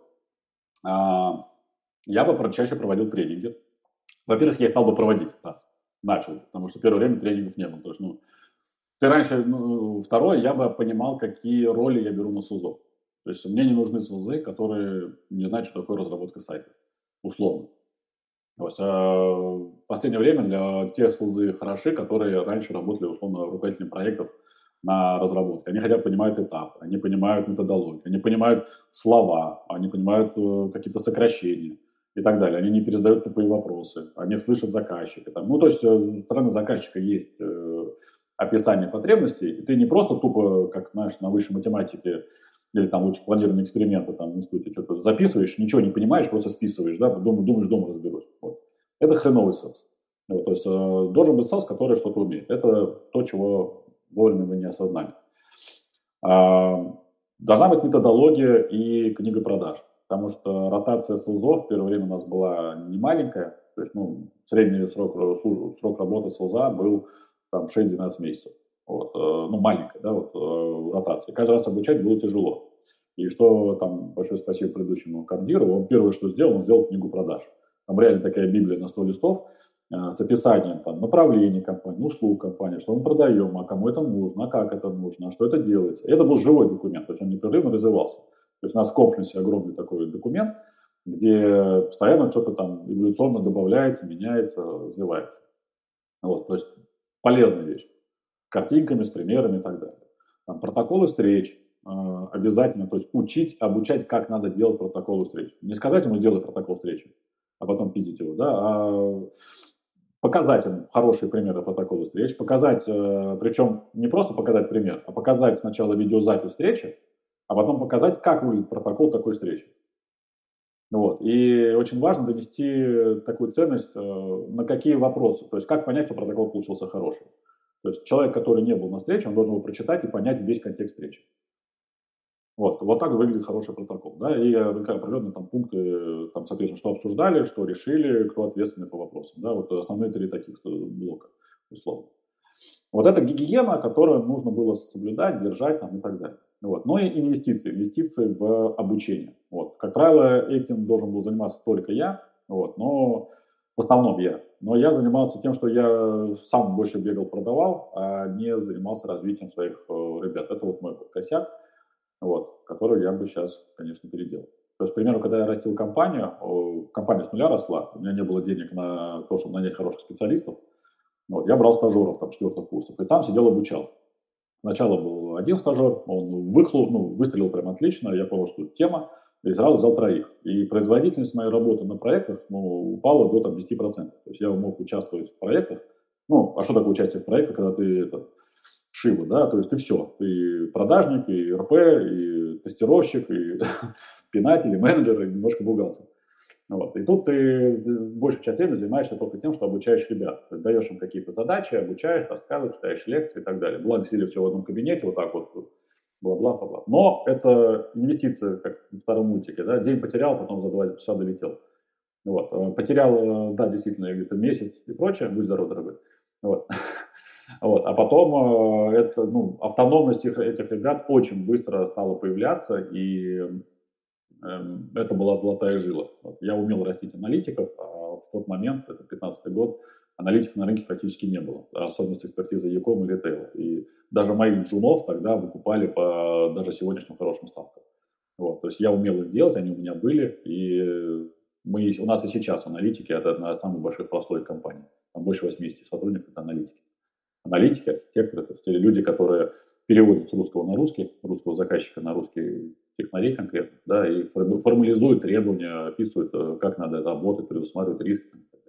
E: Я бы чаще проводил тренинги. Во-первых, я их стал бы проводить, начал, потому что первое время тренингов не было. То есть, ты раньше, второе, я бы понимал, какие роли я беру на СУЗО. То есть, мне не нужны СУЗы, которые не знают, что такое разработка сайта, условно. То есть, в последнее время для тех СУЗы хороши, которые раньше работали, условно, руководителями проектов на разработке. Они хотя бы понимают этап, они понимают методологию, они понимают слова, они понимают какие-то сокращения и так далее. Они не пересдают тупые вопросы, они слышат заказчика. То есть, со стороны заказчика есть описание потребностей, и ты не просто тупо, как, знаешь, на высшей математике или там лучше планирование эксперимента там в институте, что-то записываешь, ничего не понимаешь, просто списываешь, да, думаешь, дома разберусь. Вот. Это хреновый селс. То есть должен быть селс, который что-то умеет. Это то, чего вовремя вы не осознали. Должна быть методология и книга продаж, потому что ротация селзов в первое время у нас была не маленькая, то есть, средний срок работы селза был там 6-12 месяцев. Вот, маленькая, да, ротация. Каждый раз обучать было тяжело. И что там, большое спасибо предыдущему командиру, он первое, что сделал, он сделал книгу продаж. Там реально такая библия на 100 листов с описанием там, направлений компании, услуг компании, что мы продаем, а кому это нужно, а как это нужно, а что это делается. И это был живой документ, то есть он непрерывно развивался. То есть у нас в конференции огромный такой документ, где постоянно что-то там эволюционно добавляется, меняется, развивается. Вот, то есть полезная вещь. С картинками, с примерами и так далее. Там, протоколы встреч обязательно, то есть учить, обучать, как надо делать протоколы встреч. Не сказать ему сделай протокол встречи, а потом пиздить его, да, а показать им хорошие примеры протокола встреч, показать, причем не просто показать пример, а показать сначала видеозапись встречи, а потом показать, как выглядит протокол такой встречи. Вот. И очень важно донести такую ценность, на какие вопросы, то есть как понять, что протокол получился хороший. То есть человек, который не был на встрече, он должен его прочитать и понять весь контекст встречи. Вот так выглядит хороший протокол. Да? И определенные там пункты, там, соответственно, что обсуждали, что решили, кто ответственный по вопросам. Да? Вот основные 3 таких блока, условно. Вот это гигиена, которую нужно было соблюдать, держать там, и так далее. Вот. Но и инвестиции в обучение. Вот. Как правило, этим должен был заниматься только я, но в основном я. Но я занимался тем, что я сам больше бегал, продавал, а не занимался развитием своих ребят. Это вот мой косяк, который я бы сейчас, конечно, переделал. То есть, к примеру, когда я растил компанию, компания с нуля росла, у меня не было денег на то, чтобы нанять хороших специалистов. Я брал стажеров там 4-х курсов и сам сидел обучал. Сначала был один стажер, он выстрелил прям отлично, я понял, что это тема, и сразу взял 3. И производительность моей работы на проектах упала до 10%. То есть я мог участвовать в проектах. А что такое участие в проектах, когда ты Шива, да, то есть ты все, ты продажник, и РП, и тестировщик, и пинатель, и менеджер, и немножко бухгалтер. И тут ты большую часть времени занимаешься только тем, что обучаешь ребят. Ты даешь им какие-то задачи, обучаешь, рассказываешь, читаешь лекции и так далее. Благо сидели все в одном кабинете, бла-бла-бла-бла. Но это инвестиция, как в старом мультике, да, день потерял, потом за 2 часа долетел. Потерял, да, действительно, где-то месяц и прочее, будь здоров, дорогой. А потом автономность этих ребят очень быстро стала появляться, и это была золотая жила. Я умел растить аналитиков, а в тот момент, это 15-й год, аналитиков на рынке практически не было, особенно с экспертизой e-com и ритейла. И даже моих джунов тогда выкупали по даже сегодняшним хорошим ставкам. Вот, то есть я умел их делать, они у меня были, и у нас и сейчас аналитики – это одна из самых больших прослоек компаний. Там больше 80 сотрудников – это аналитики. Аналитики, те, то есть люди, которые переводят с русского на русский, русского заказчика на русский технарей конкретно, да, и формализуют требования, описывают, как надо работать, предусматривают риски.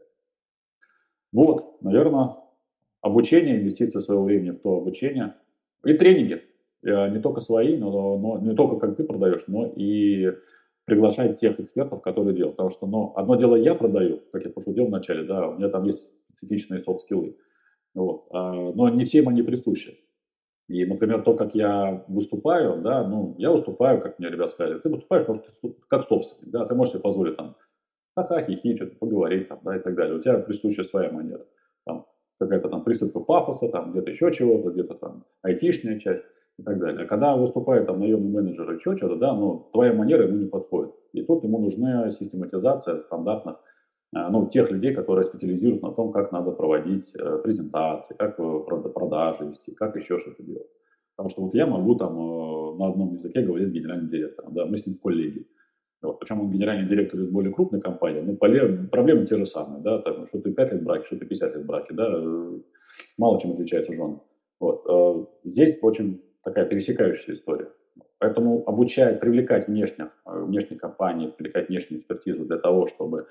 E: Вот, наверное, обучение, инвестиции своего времени в то обучение и тренинги. Не только свои, но не только как ты продаешь, но и приглашать тех экспертов, которые делают. Потому что, одно дело я продаю, как я пошутил вначале, да, у меня там есть специфичные софт-скиллы. Вот, но не всем они присущи. И, например, то, как я выступаю, да, я выступаю, как мне ребята сказали, ты выступаешь, потому что ты как собственник, да, ты можешь себе позволить там ха-ха, хихи, что-то поговорить там, да, и так далее. У тебя присущая своя манера. Там какая-то там приступка пафоса, там где-то еще чего-то, где-то там айтишная часть и так далее. А когда выступает там наемный менеджер и еще что-то, да, твоя манера ему не подходит. И тут ему нужна систематизация стандартных, тех людей, которые специализируются на том, как надо проводить презентации, как продажи вести, как еще что-то делать. Потому что вот я могу там на одном языке говорить с генеральным директором, да, мы с ним коллеги. Вот, причем он генеральный директор из более крупной компании, но проблемы те же самые, да, там, что ты 5 лет в браке, что ты 50 лет в браке, да, мало чем отличаются жены. Вот, здесь очень такая пересекающаяся история. Поэтому привлекать внешние компании, привлекать внешнюю экспертизу для того, чтобы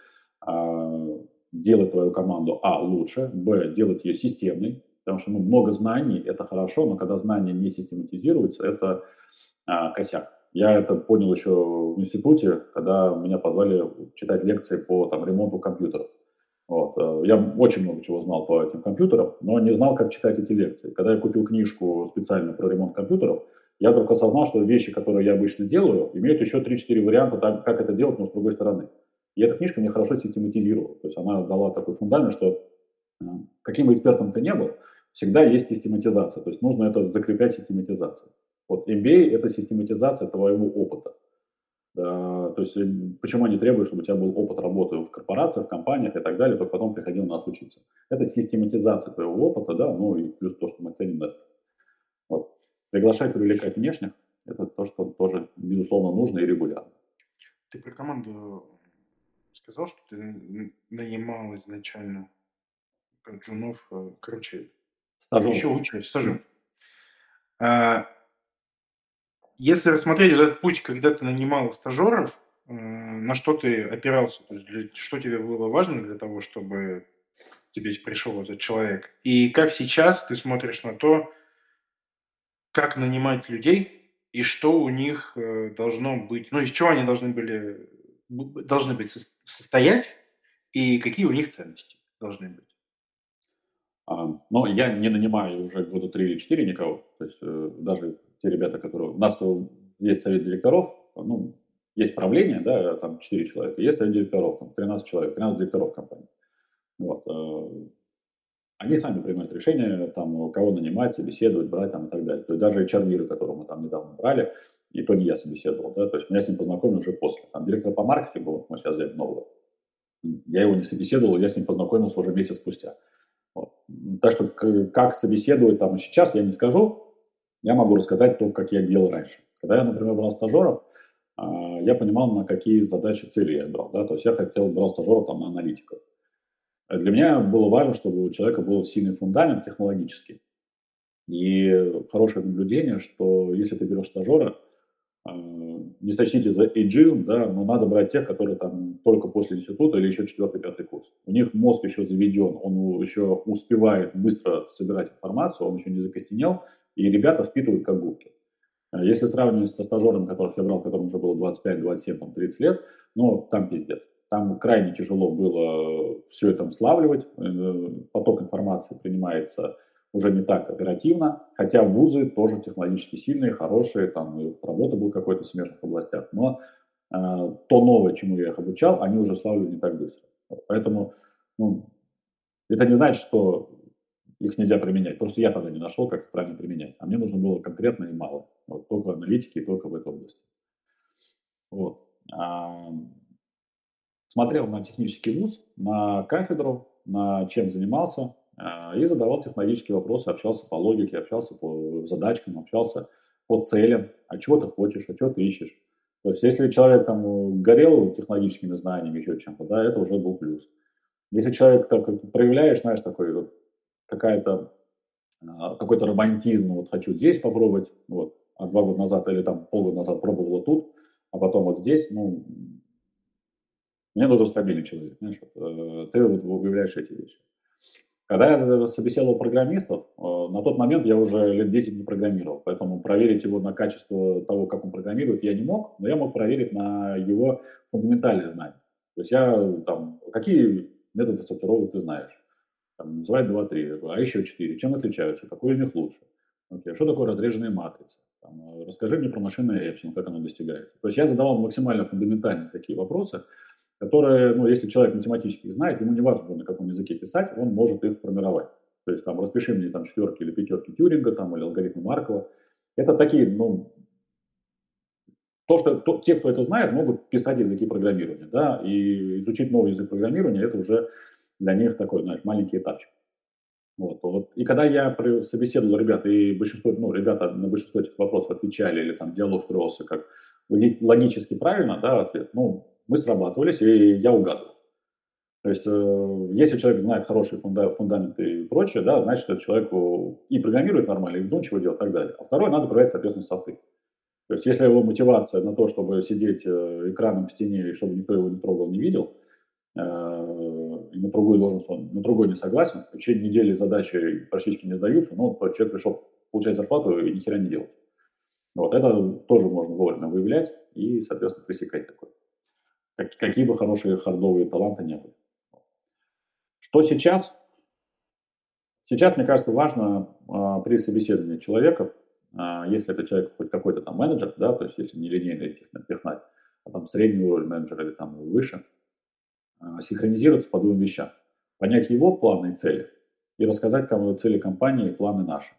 E: делать твою команду, лучше, делать ее системной, потому что много знаний – это хорошо, но когда знания не систематизируются, это косяк. Я это понял еще в институте, когда меня позвали читать лекции по ремонту компьютеров. Вот. Я очень много чего знал по этим компьютерам, но не знал, как читать эти лекции. Когда я купил книжку специально про ремонт компьютеров, я вдруг осознал, что вещи, которые я обычно делаю, имеют еще 3-4 варианта, как это делать, но с другой стороны. И эта книжка мне хорошо систематизировала. То есть она дала такой фундамент, что каким бы экспертом ты ни был, всегда есть систематизация. То есть нужно это закреплять систематизацией. Вот MBA – это систематизация твоего опыта. Да, то есть почему они требуют, чтобы у тебя был опыт работы в корпорациях, в компаниях и так далее, только потом приходил нас учиться. Это систематизация твоего опыта, да, и плюс то, что мы ценим это. Вот. Приглашать, привлекать внешних – это то, что тоже, безусловно, нужно и регулярно.
C: Ты про команду сказал, что ты нанимал изначально джунов,
E: Стажеров.
C: еще учились, стажеров. Если рассмотреть этот путь, когда ты нанимал стажеров, на что ты опирался, то есть что тебе было важно для того, чтобы тебе пришел этот человек, и как сейчас ты смотришь на то, как нанимать людей, и что у них должно быть, из чего они должны быть состоять, и какие у них ценности должны быть.
E: Но я не нанимаю уже года 3 или 4 никого. То есть даже те ребята, которые... У нас есть совет директоров, есть правление, да, там 4 человека, есть совет директоров, там 13 человек, 13 директоров компании. Вот. Они сами принимают решение, там, кого нанимать, собеседовать, брать там, и так далее. То есть даже HR-мира, которого мы там недавно брали, и то не я собеседовал, да, то есть меня с ним познакомил уже после. Там директор по маркетингу, мы сейчас взяли нового, я его не собеседовал, я с ним познакомился уже месяц спустя. Вот. Так что как собеседовать там и сейчас, я не скажу. Я могу рассказать то, как я делал раньше. Когда я, например, брал стажеров, я понимал, на какие задачи, цели я брал. Да? То есть я брал стажеров там, на аналитику. Для меня было важно, чтобы у человека был сильный фундамент технологический. И хорошее наблюдение, что если ты берешь стажера, не сочтите за эйджизм, да, но надо брать тех, которые там только после института или еще 4-5 курс. У них мозг еще заведен, он еще успевает быстро собирать информацию, он еще не закостенел, и ребята впитывают как губки. Если сравнивать со стажерами, которых я брал, которым уже было 25, 27, 30 лет, там пиздец. Там крайне тяжело было все это славливать, поток информации принимается уже не так оперативно, хотя вузы тоже технологически сильные, хорошие, там и работа была какой-то в смежных областях, но то новое, чему я их обучал, они уже славливали не так быстро. Поэтому это не значит, что их нельзя применять, просто я тогда не нашел, как их правильно применять, а мне нужно было конкретно и мало, только в аналитике и только в этой области. Вот. смотрел на технический вуз, на кафедру, на чем занимался, и задавал технологические вопросы, общался по логике, общался по задачкам, общался по целям, а чего ты хочешь, а чего ты ищешь. То есть если человек там горел технологическими знаниями, еще чем-то, да, это уже был плюс. Если человек так проявляешь, знаешь, такой вот какой-то романтизм, вот хочу здесь попробовать, вот, а 2 года назад или там полгода назад пробовала тут, а потом вот здесь, ну, мне нужен стабильный человек, знаешь, ты вот выявляешь эти вещи. Когда я собеседовал программистов, на тот момент я уже лет 10 не программировал, поэтому проверить его на качество того, как он программирует, я не мог, но я мог проверить на его фундаментальные знания. То есть я там, какие методы сортировок ты знаешь? Там, называй 2, 3, а еще 4. Чем отличаются? Какой из них лучше? Окей, что такое разреженные матрицы? Там, расскажи мне про машинное эпсилон, как оно достигается. То есть я задавал максимально фундаментальные такие вопросы, которые, ну, если человек математически знает, ему не важно, на каком языке писать, он может их формировать. То есть там распиши мне там 4 или 5 Тьюринга там, или алгоритмы Маркова. Это такие, ну, те, кто это знает, могут писать языки программирования, да, и изучить новый язык программирования, это уже для них такой, знаешь, маленький этапчик. Вот. И когда я собеседовал ребят, и большинство, ну, ребята на большинство этих вопросов отвечали, или там диалог строился как логически правильно, да, ответ, ну, мы срабатывались, и я угадывал. То есть, если человек знает хорошие фундаменты и прочее, да, значит, этот человек и программирует нормально, и вдумчиво делает, и так далее. А второе, надо проверять, соответственно, софты. То есть, если его мотивация на то, чтобы сидеть экраном в стене, и чтобы никто его не трогал, не видел, и на другую должность он, на другой не согласен, в течение недели задачи практически не сдаются, но человек пришел получать зарплату и ни хера не делать. Вот, это тоже можно вовремя выявлять и, соответственно, пресекать такое. Какие бы хорошие хардовые таланты не были. Что сейчас? Сейчас, мне кажется, важно при собеседовании человека, если это человек хоть какой-то там менеджер, да, то есть если не линейный технарь, а там средний уровень менеджера или там выше, синхронизироваться по двум вещам. Понять его планы и цели и рассказать кому цели компании и планы наши.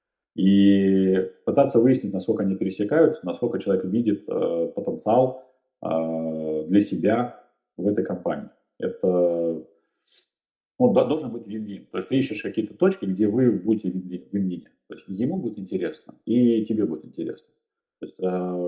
E: И пытаться выяснить, насколько они пересекаются, насколько человек видит потенциал для себя в этой компании. Это должен быть вин-вин. То есть ты ищешь какие-то точки, где вы будете вин-вине. То есть ему будет интересно, и тебе будет интересно. То есть,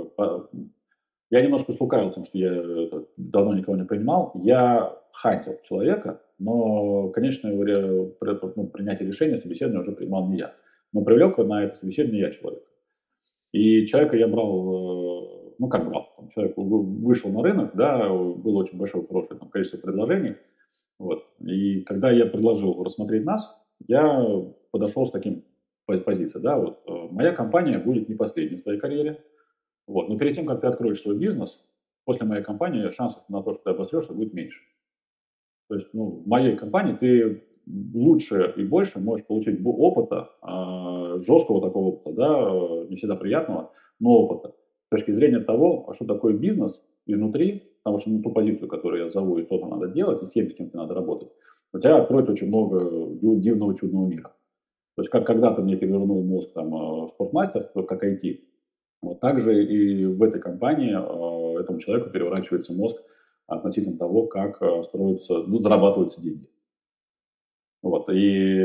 E: я немножко слукавил, потому что я давно никого не принимал. Я хантил человека, но, конечно, принятие решения, собеседование уже принимал не я. Но привлек на это собеседование я человека. И человека я брал, ну как брал, человек вышел на рынок, да, было очень большое, хорошее количество предложений. Вот. И когда я предложил рассмотреть нас, я подошел с таким позицией, да, вот, моя компания будет не последней в твоей карьере, вот, но перед тем, как ты откроешь свой бизнес, после моей компании шансов на то, что ты обосрешься, будет меньше. То есть, ну, в моей компании ты лучше и больше можешь получить опыта, жесткого такого опыта, да, не всегда приятного, но опыта. С точки зрения того, что такое бизнес изнутри, потому что ту позицию, которую я зову, и что-то надо делать, и с кем-то надо работать, у тебя откроется очень много дивного, чудного мира. То есть, как когда-то мне перевернул мозг там спортмастер, как IT, вот так же и в этой компании этому человеку переворачивается мозг относительно того, как зарабатываются деньги. Вот, и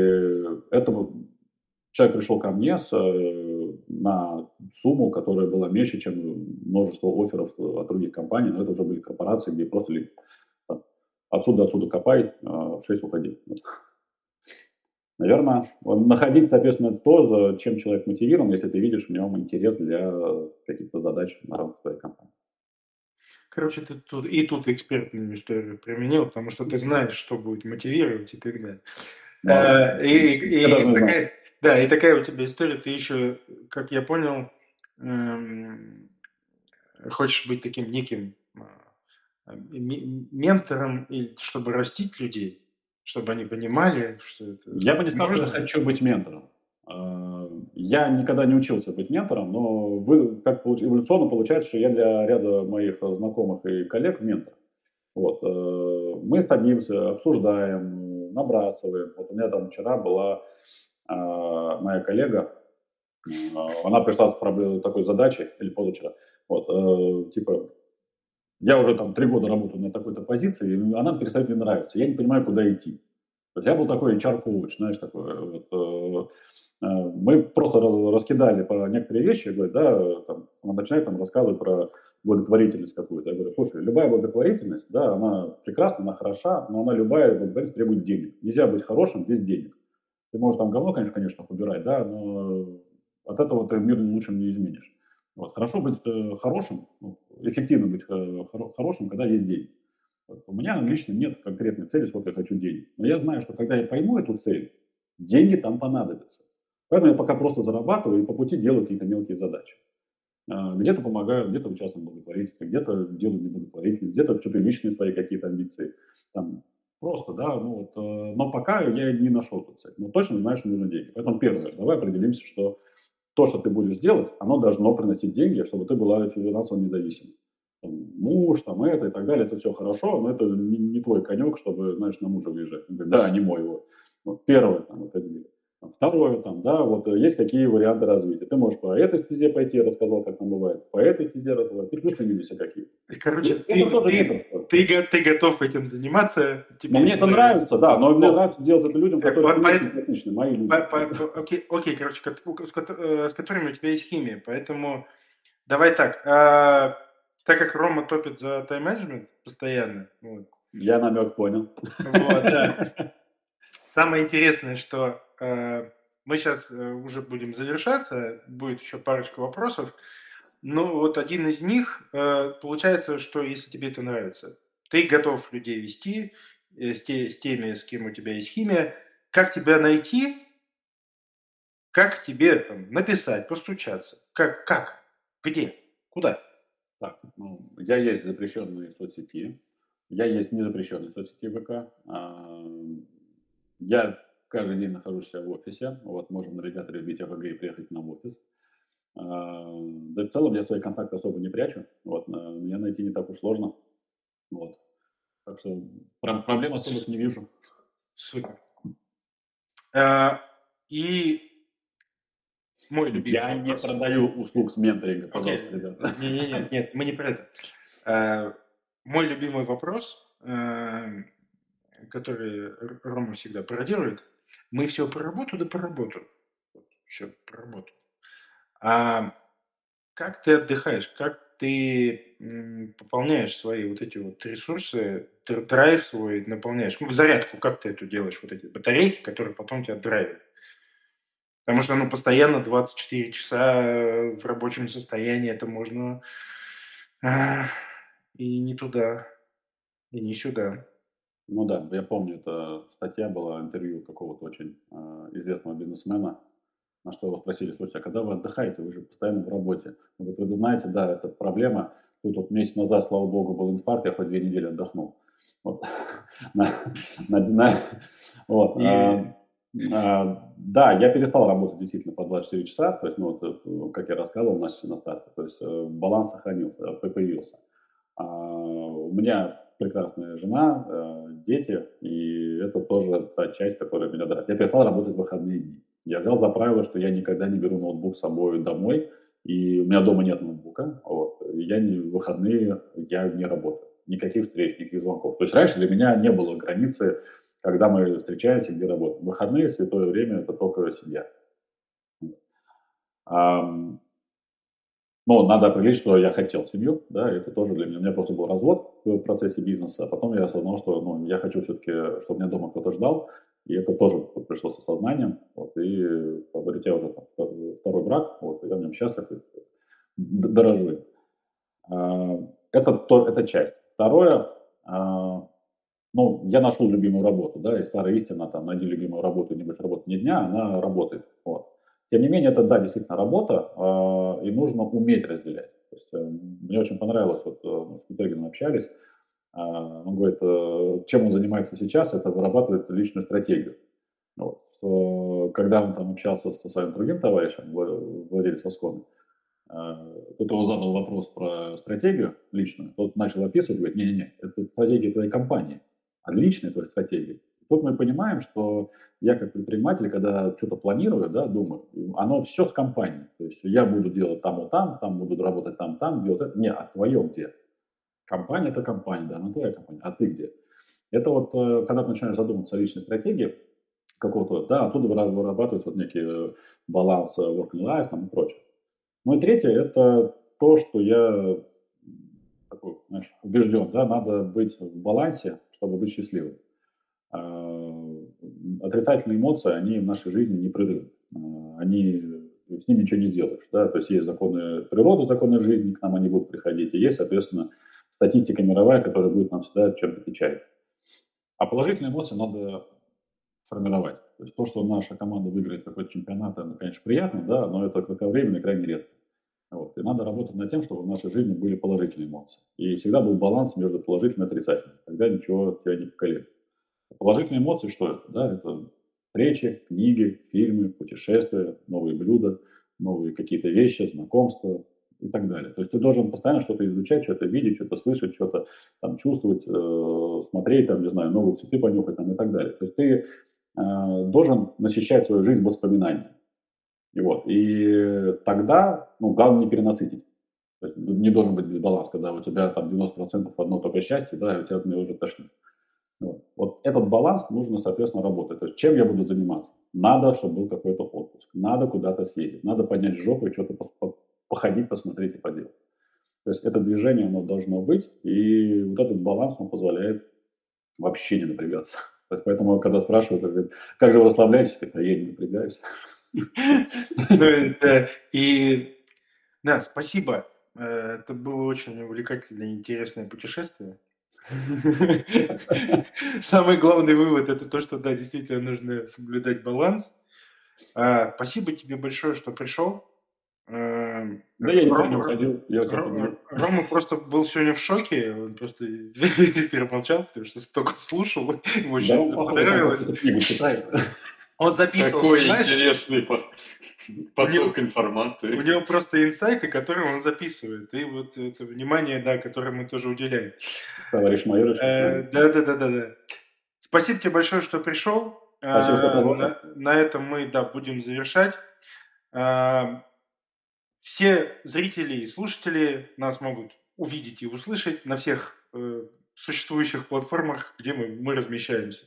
E: человек пришел ко мне на сумму, которая была меньше, чем множество офферов от других компаний, но это уже были корпорации, где просто отсюда копай, в 6 уходи. Вот. Наверное, находить, соответственно, то, чем человек мотивирован, если ты видишь в нем интерес для каких-то задач на рамках твоей компании.
C: Короче, ты тут экспертную историю применил, потому что ты знаешь, что будет мотивировать и так далее. И такая у тебя история, ты еще, как я понял, хочешь быть таким неким ментором, чтобы растить людей, чтобы они понимали, что это
E: Я бы не сказал, что я хочу быть ментором. Я никогда не учился быть ментором, но как эволюционно получается, что я для ряда моих знакомых и коллег ментор. Вот. Мы садимся, обсуждаем, набрасываем. Вот у меня там вчера была моя коллега, она пришла с такой задачей, или позавчера, вот, типа, я уже там 3 года работаю на такой-то позиции, и она перестает мне нравиться. Я не понимаю, куда идти. То есть я был такой HR-коуч, знаешь, такой. Мы просто раскидали по некоторые вещи, я говорю, да, там, он начинает там рассказывать про благотворительность какую-то. Я говорю, слушай, любая благотворительность, да, она прекрасна, она хороша, но она любая благотворительность требует денег. Нельзя быть хорошим без денег. Ты можешь там говно, конечно, убирать, да, но от этого ты мир лучшим не изменишь. Вот. Хорошо быть хорошим, эффективно быть хорошим, когда есть деньги. Вот. У меня лично нет конкретной цели, сколько я хочу денег. Но я знаю, что когда я пойму эту цель, деньги там понадобятся. Поэтому я пока просто зарабатываю и по пути делаю какие-то мелкие задачи. Где-то помогаю, где-то участвую в благотворительстве, где-то делаю неблаготворительность, где-то что-то личные свои какие-то амбиции. Там, просто, да, но пока я не нашел эту цель. Но точно знаю, что нужны деньги. Поэтому первое, давай определимся, что то, что ты будешь делать, оно должно приносить деньги, чтобы ты была финансово независимой. Там, муж, там это и так далее, это все хорошо, но это не твой конек, чтобы, знаешь, на мужа выезжать. Он говорит, да, не мой. Вот первое, там, определили. Второе, там, да, вот есть какие варианты развития. Ты можешь по этой стезе пойти, я рассказал, как там бывает, по этой стезе развивать, и плюсы минусы какие.
C: Короче,
E: Это тоже метод.
C: ты готов этим заниматься.
E: Но мне это нравится, да, но мне нравится делать это людям, которые симпатичны, мои люди.
C: Окей, короче, с которыми у тебя есть химия, поэтому давай так. Так как Рома топит за тайм-менеджмент постоянно. Вот.
E: Я намек понял.
C: Вот, да. Самое интересное, что мы сейчас уже будем завершаться, будет еще парочка вопросов, но вот один из них, получается, что если тебе это нравится, ты готов людей вести с теми, с кем у тебя есть химия, как тебя найти, как тебе там, написать, постучаться, как, где, куда?
E: Так, я есть запрещенные соцсети, я есть незапрещенные соцсети ВК. Я каждый день нахожусь у себя в офисе. Вот, можем навигаторе вбить АВГ и приехать к нам в офис. Да и в целом я свои контакты особо не прячу. Вот, меня найти не так уж сложно. Вот. Так что проблем особых не вижу.
C: Супер. И мой любимый
E: Я
C: вопрос.
E: не продаю услуг с менторинга, пожалуйста, ребята.
C: Нет, мы не про это. Мой любимый вопрос, который Рома всегда пародирует. Мы все про работу, да про работу. Все про работу. А как ты отдыхаешь? Как ты пополняешь свои вот эти вот ресурсы, драйв свой наполняешь? Зарядку, как ты эту делаешь? Вот эти батарейки, которые потом тебя драйвят. Потому что постоянно 24 часа в рабочем состоянии, это можно и не туда, и не сюда.
E: Ну да, я помню, это статья была, интервью какого-то очень известного бизнесмена, на что его спросили, слушайте, а когда вы отдыхаете, вы же постоянно в работе. Он говорит, вы знаете, да, это проблема. Тут вот месяц назад, слава богу, был инфаркт, я хоть 2 недели отдохнул. Вот. Да, я перестал работать действительно по 24 часа, то есть, как я рассказывал на старте, то есть баланс сохранился, появился. У меня прекрасная жена, дети, и это тоже та часть, которая меня драйвит. Я перестал работать в выходные дни. Я взял за правило, что я никогда не беру ноутбук с собой домой, и у меня дома нет ноутбука. Вот. В выходные я не работаю. Никаких встреч, никаких звонков. То есть раньше для меня не было границы, когда мы встречаемся, где работаем. Выходные, святое время, это только семья. Но надо определить, что я хотел семью, да, это тоже для меня. У меня просто был развод в процессе бизнеса, а потом я осознал, что я хочу все-таки, чтобы меня дома кто-то ждал, и это тоже пришло с осознанием, вот, и, как говорите, я уже второй брак, вот, я в нем счастлив, и дорожу им. Это часть. Второе, я нашел любимую работу, да, и старая истина, там, найди любимую работу, не будешь работать ни дня, она работает, вот. Тем не менее, это, да, действительно работа, и нужно уметь разделять. То есть, мне очень понравилось, вот мы с Петригином общались, он говорит, чем он занимается сейчас, это вырабатывает личную стратегию. Вот. Когда он там общался со своим другим товарищем, владельцем Асконы, тот его задал вопрос про стратегию личную, тот начал описывать, говорит, не-не-не, это стратегия твоей компании, а личная твоя стратегия. Тут мы понимаем, что я как предприниматель, когда что-то планирую, да, думаю, оно все с компанией. То есть я буду делать там, буду работать там, делать это. Не, а твое где? Компания – это компания, да, она твоя компания, а ты где? Это вот, когда ты начинаешь задумываться о личной стратегии какого-то, да, оттуда вырабатывается вот некий баланс work and life там, и прочее. Ну и третье – это то, что я такой, знаешь, убежден, да, надо быть в балансе, чтобы быть счастливым. Отрицательные эмоции, они в нашей жизни непрерывны. С ними ничего не сделаешь. Да? То есть законы природы, законы жизни, к нам они будут приходить. И есть, соответственно, статистика мировая, которая будет нам всегда чем-то печалить. А положительные эмоции надо формировать. То есть то, что наша команда выиграет какой-то чемпионат, это, конечно, приятно, да, но это кратковременно и крайне редко. Вот. И надо работать над тем, чтобы в нашей жизни были положительные эмоции. И всегда был баланс между положительным и отрицательным. Тогда ничего тебя не поколеблет. Положительные эмоции, что это? Да, это встречи, книги, фильмы, путешествия, новые блюда, новые какие-то вещи, знакомства и так далее. То есть ты должен постоянно что-то изучать, что-то видеть, что-то слышать, что-то там чувствовать, смотреть, там, не знаю, новые цветы понюхать там, и так далее. То есть ты должен насыщать свою жизнь воспоминаниями. И тогда, главное не перенасытить. То есть не должен быть дисбаланс, когда у тебя там 90% одно только счастье, да, и у тебя от него уже тошнит. Вот этот баланс нужно, соответственно, работать. То есть чем я буду заниматься? Надо, чтобы был какой-то отпуск. Надо куда-то съездить. Надо поднять жопу и что-то походить, посмотреть и поделать. То есть это движение, оно должно быть. И вот этот баланс, он позволяет вообще не напрягаться. То есть поэтому, когда спрашивают, говорят, как же вы расслабляетесь? А я не напрягаюсь.
C: Да, спасибо. Это было очень увлекательное и интересное путешествие. Самый главный вывод – это то, что, да, действительно нужно соблюдать баланс. Спасибо тебе большое, что пришел.
E: Да, я никуда не уходил.
C: Рома просто был сегодня в шоке. Он просто теперь молчал, потому что столько слушал. Ему очень понравилось.
E: Книгу читает.
C: Он записывал.
D: Такой интересный поток информации.
C: У него просто инсайты, которые он записывает. И вот это внимание, да, которое мы тоже уделяем.
E: Товарищ майор.
C: Да. Спасибо тебе большое, что пришел.
E: Спасибо, что позвали.
C: На этом мы, да, будем завершать. Все зрители и слушатели нас могут увидеть и услышать на всех существующих платформах, где мы размещаемся.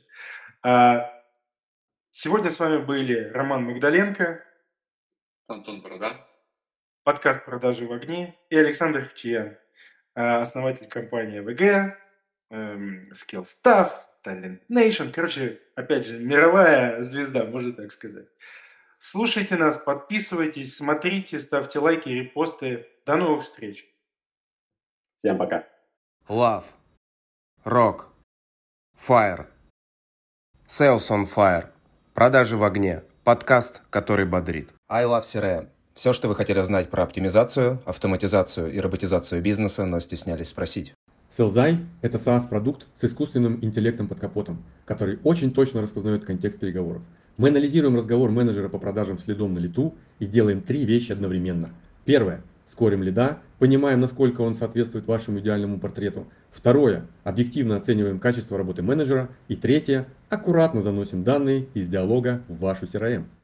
C: Сегодня с вами были Роман Магдаленко,
D: Антон Борода,
C: подкаст «Продажи в огне» и Александр Хчиян, основатель компании ВГ, Skillstaff, Talent Nation. Короче, опять же, мировая звезда, можно так сказать. Слушайте нас, подписывайтесь, смотрите, ставьте лайки, репосты. До новых встреч.
E: Всем пока.
A: Love, Rock, Fire, Sales on Fire, продажи в огне, подкаст, который бодрит. I Love CRM. Все, что вы хотели знать про оптимизацию, автоматизацию и роботизацию бизнеса, но стеснялись спросить.
B: Sellzai – это SaaS-продукт с искусственным интеллектом под капотом, который очень точно распознает контекст переговоров. Мы анализируем разговор менеджера по продажам следом на лету и делаем 3 вещи одновременно. Первое – скорим лида, понимаем, насколько он соответствует вашему идеальному портрету. Второе – объективно оцениваем качество работы менеджера. И третье – аккуратно заносим данные из диалога в вашу CRM.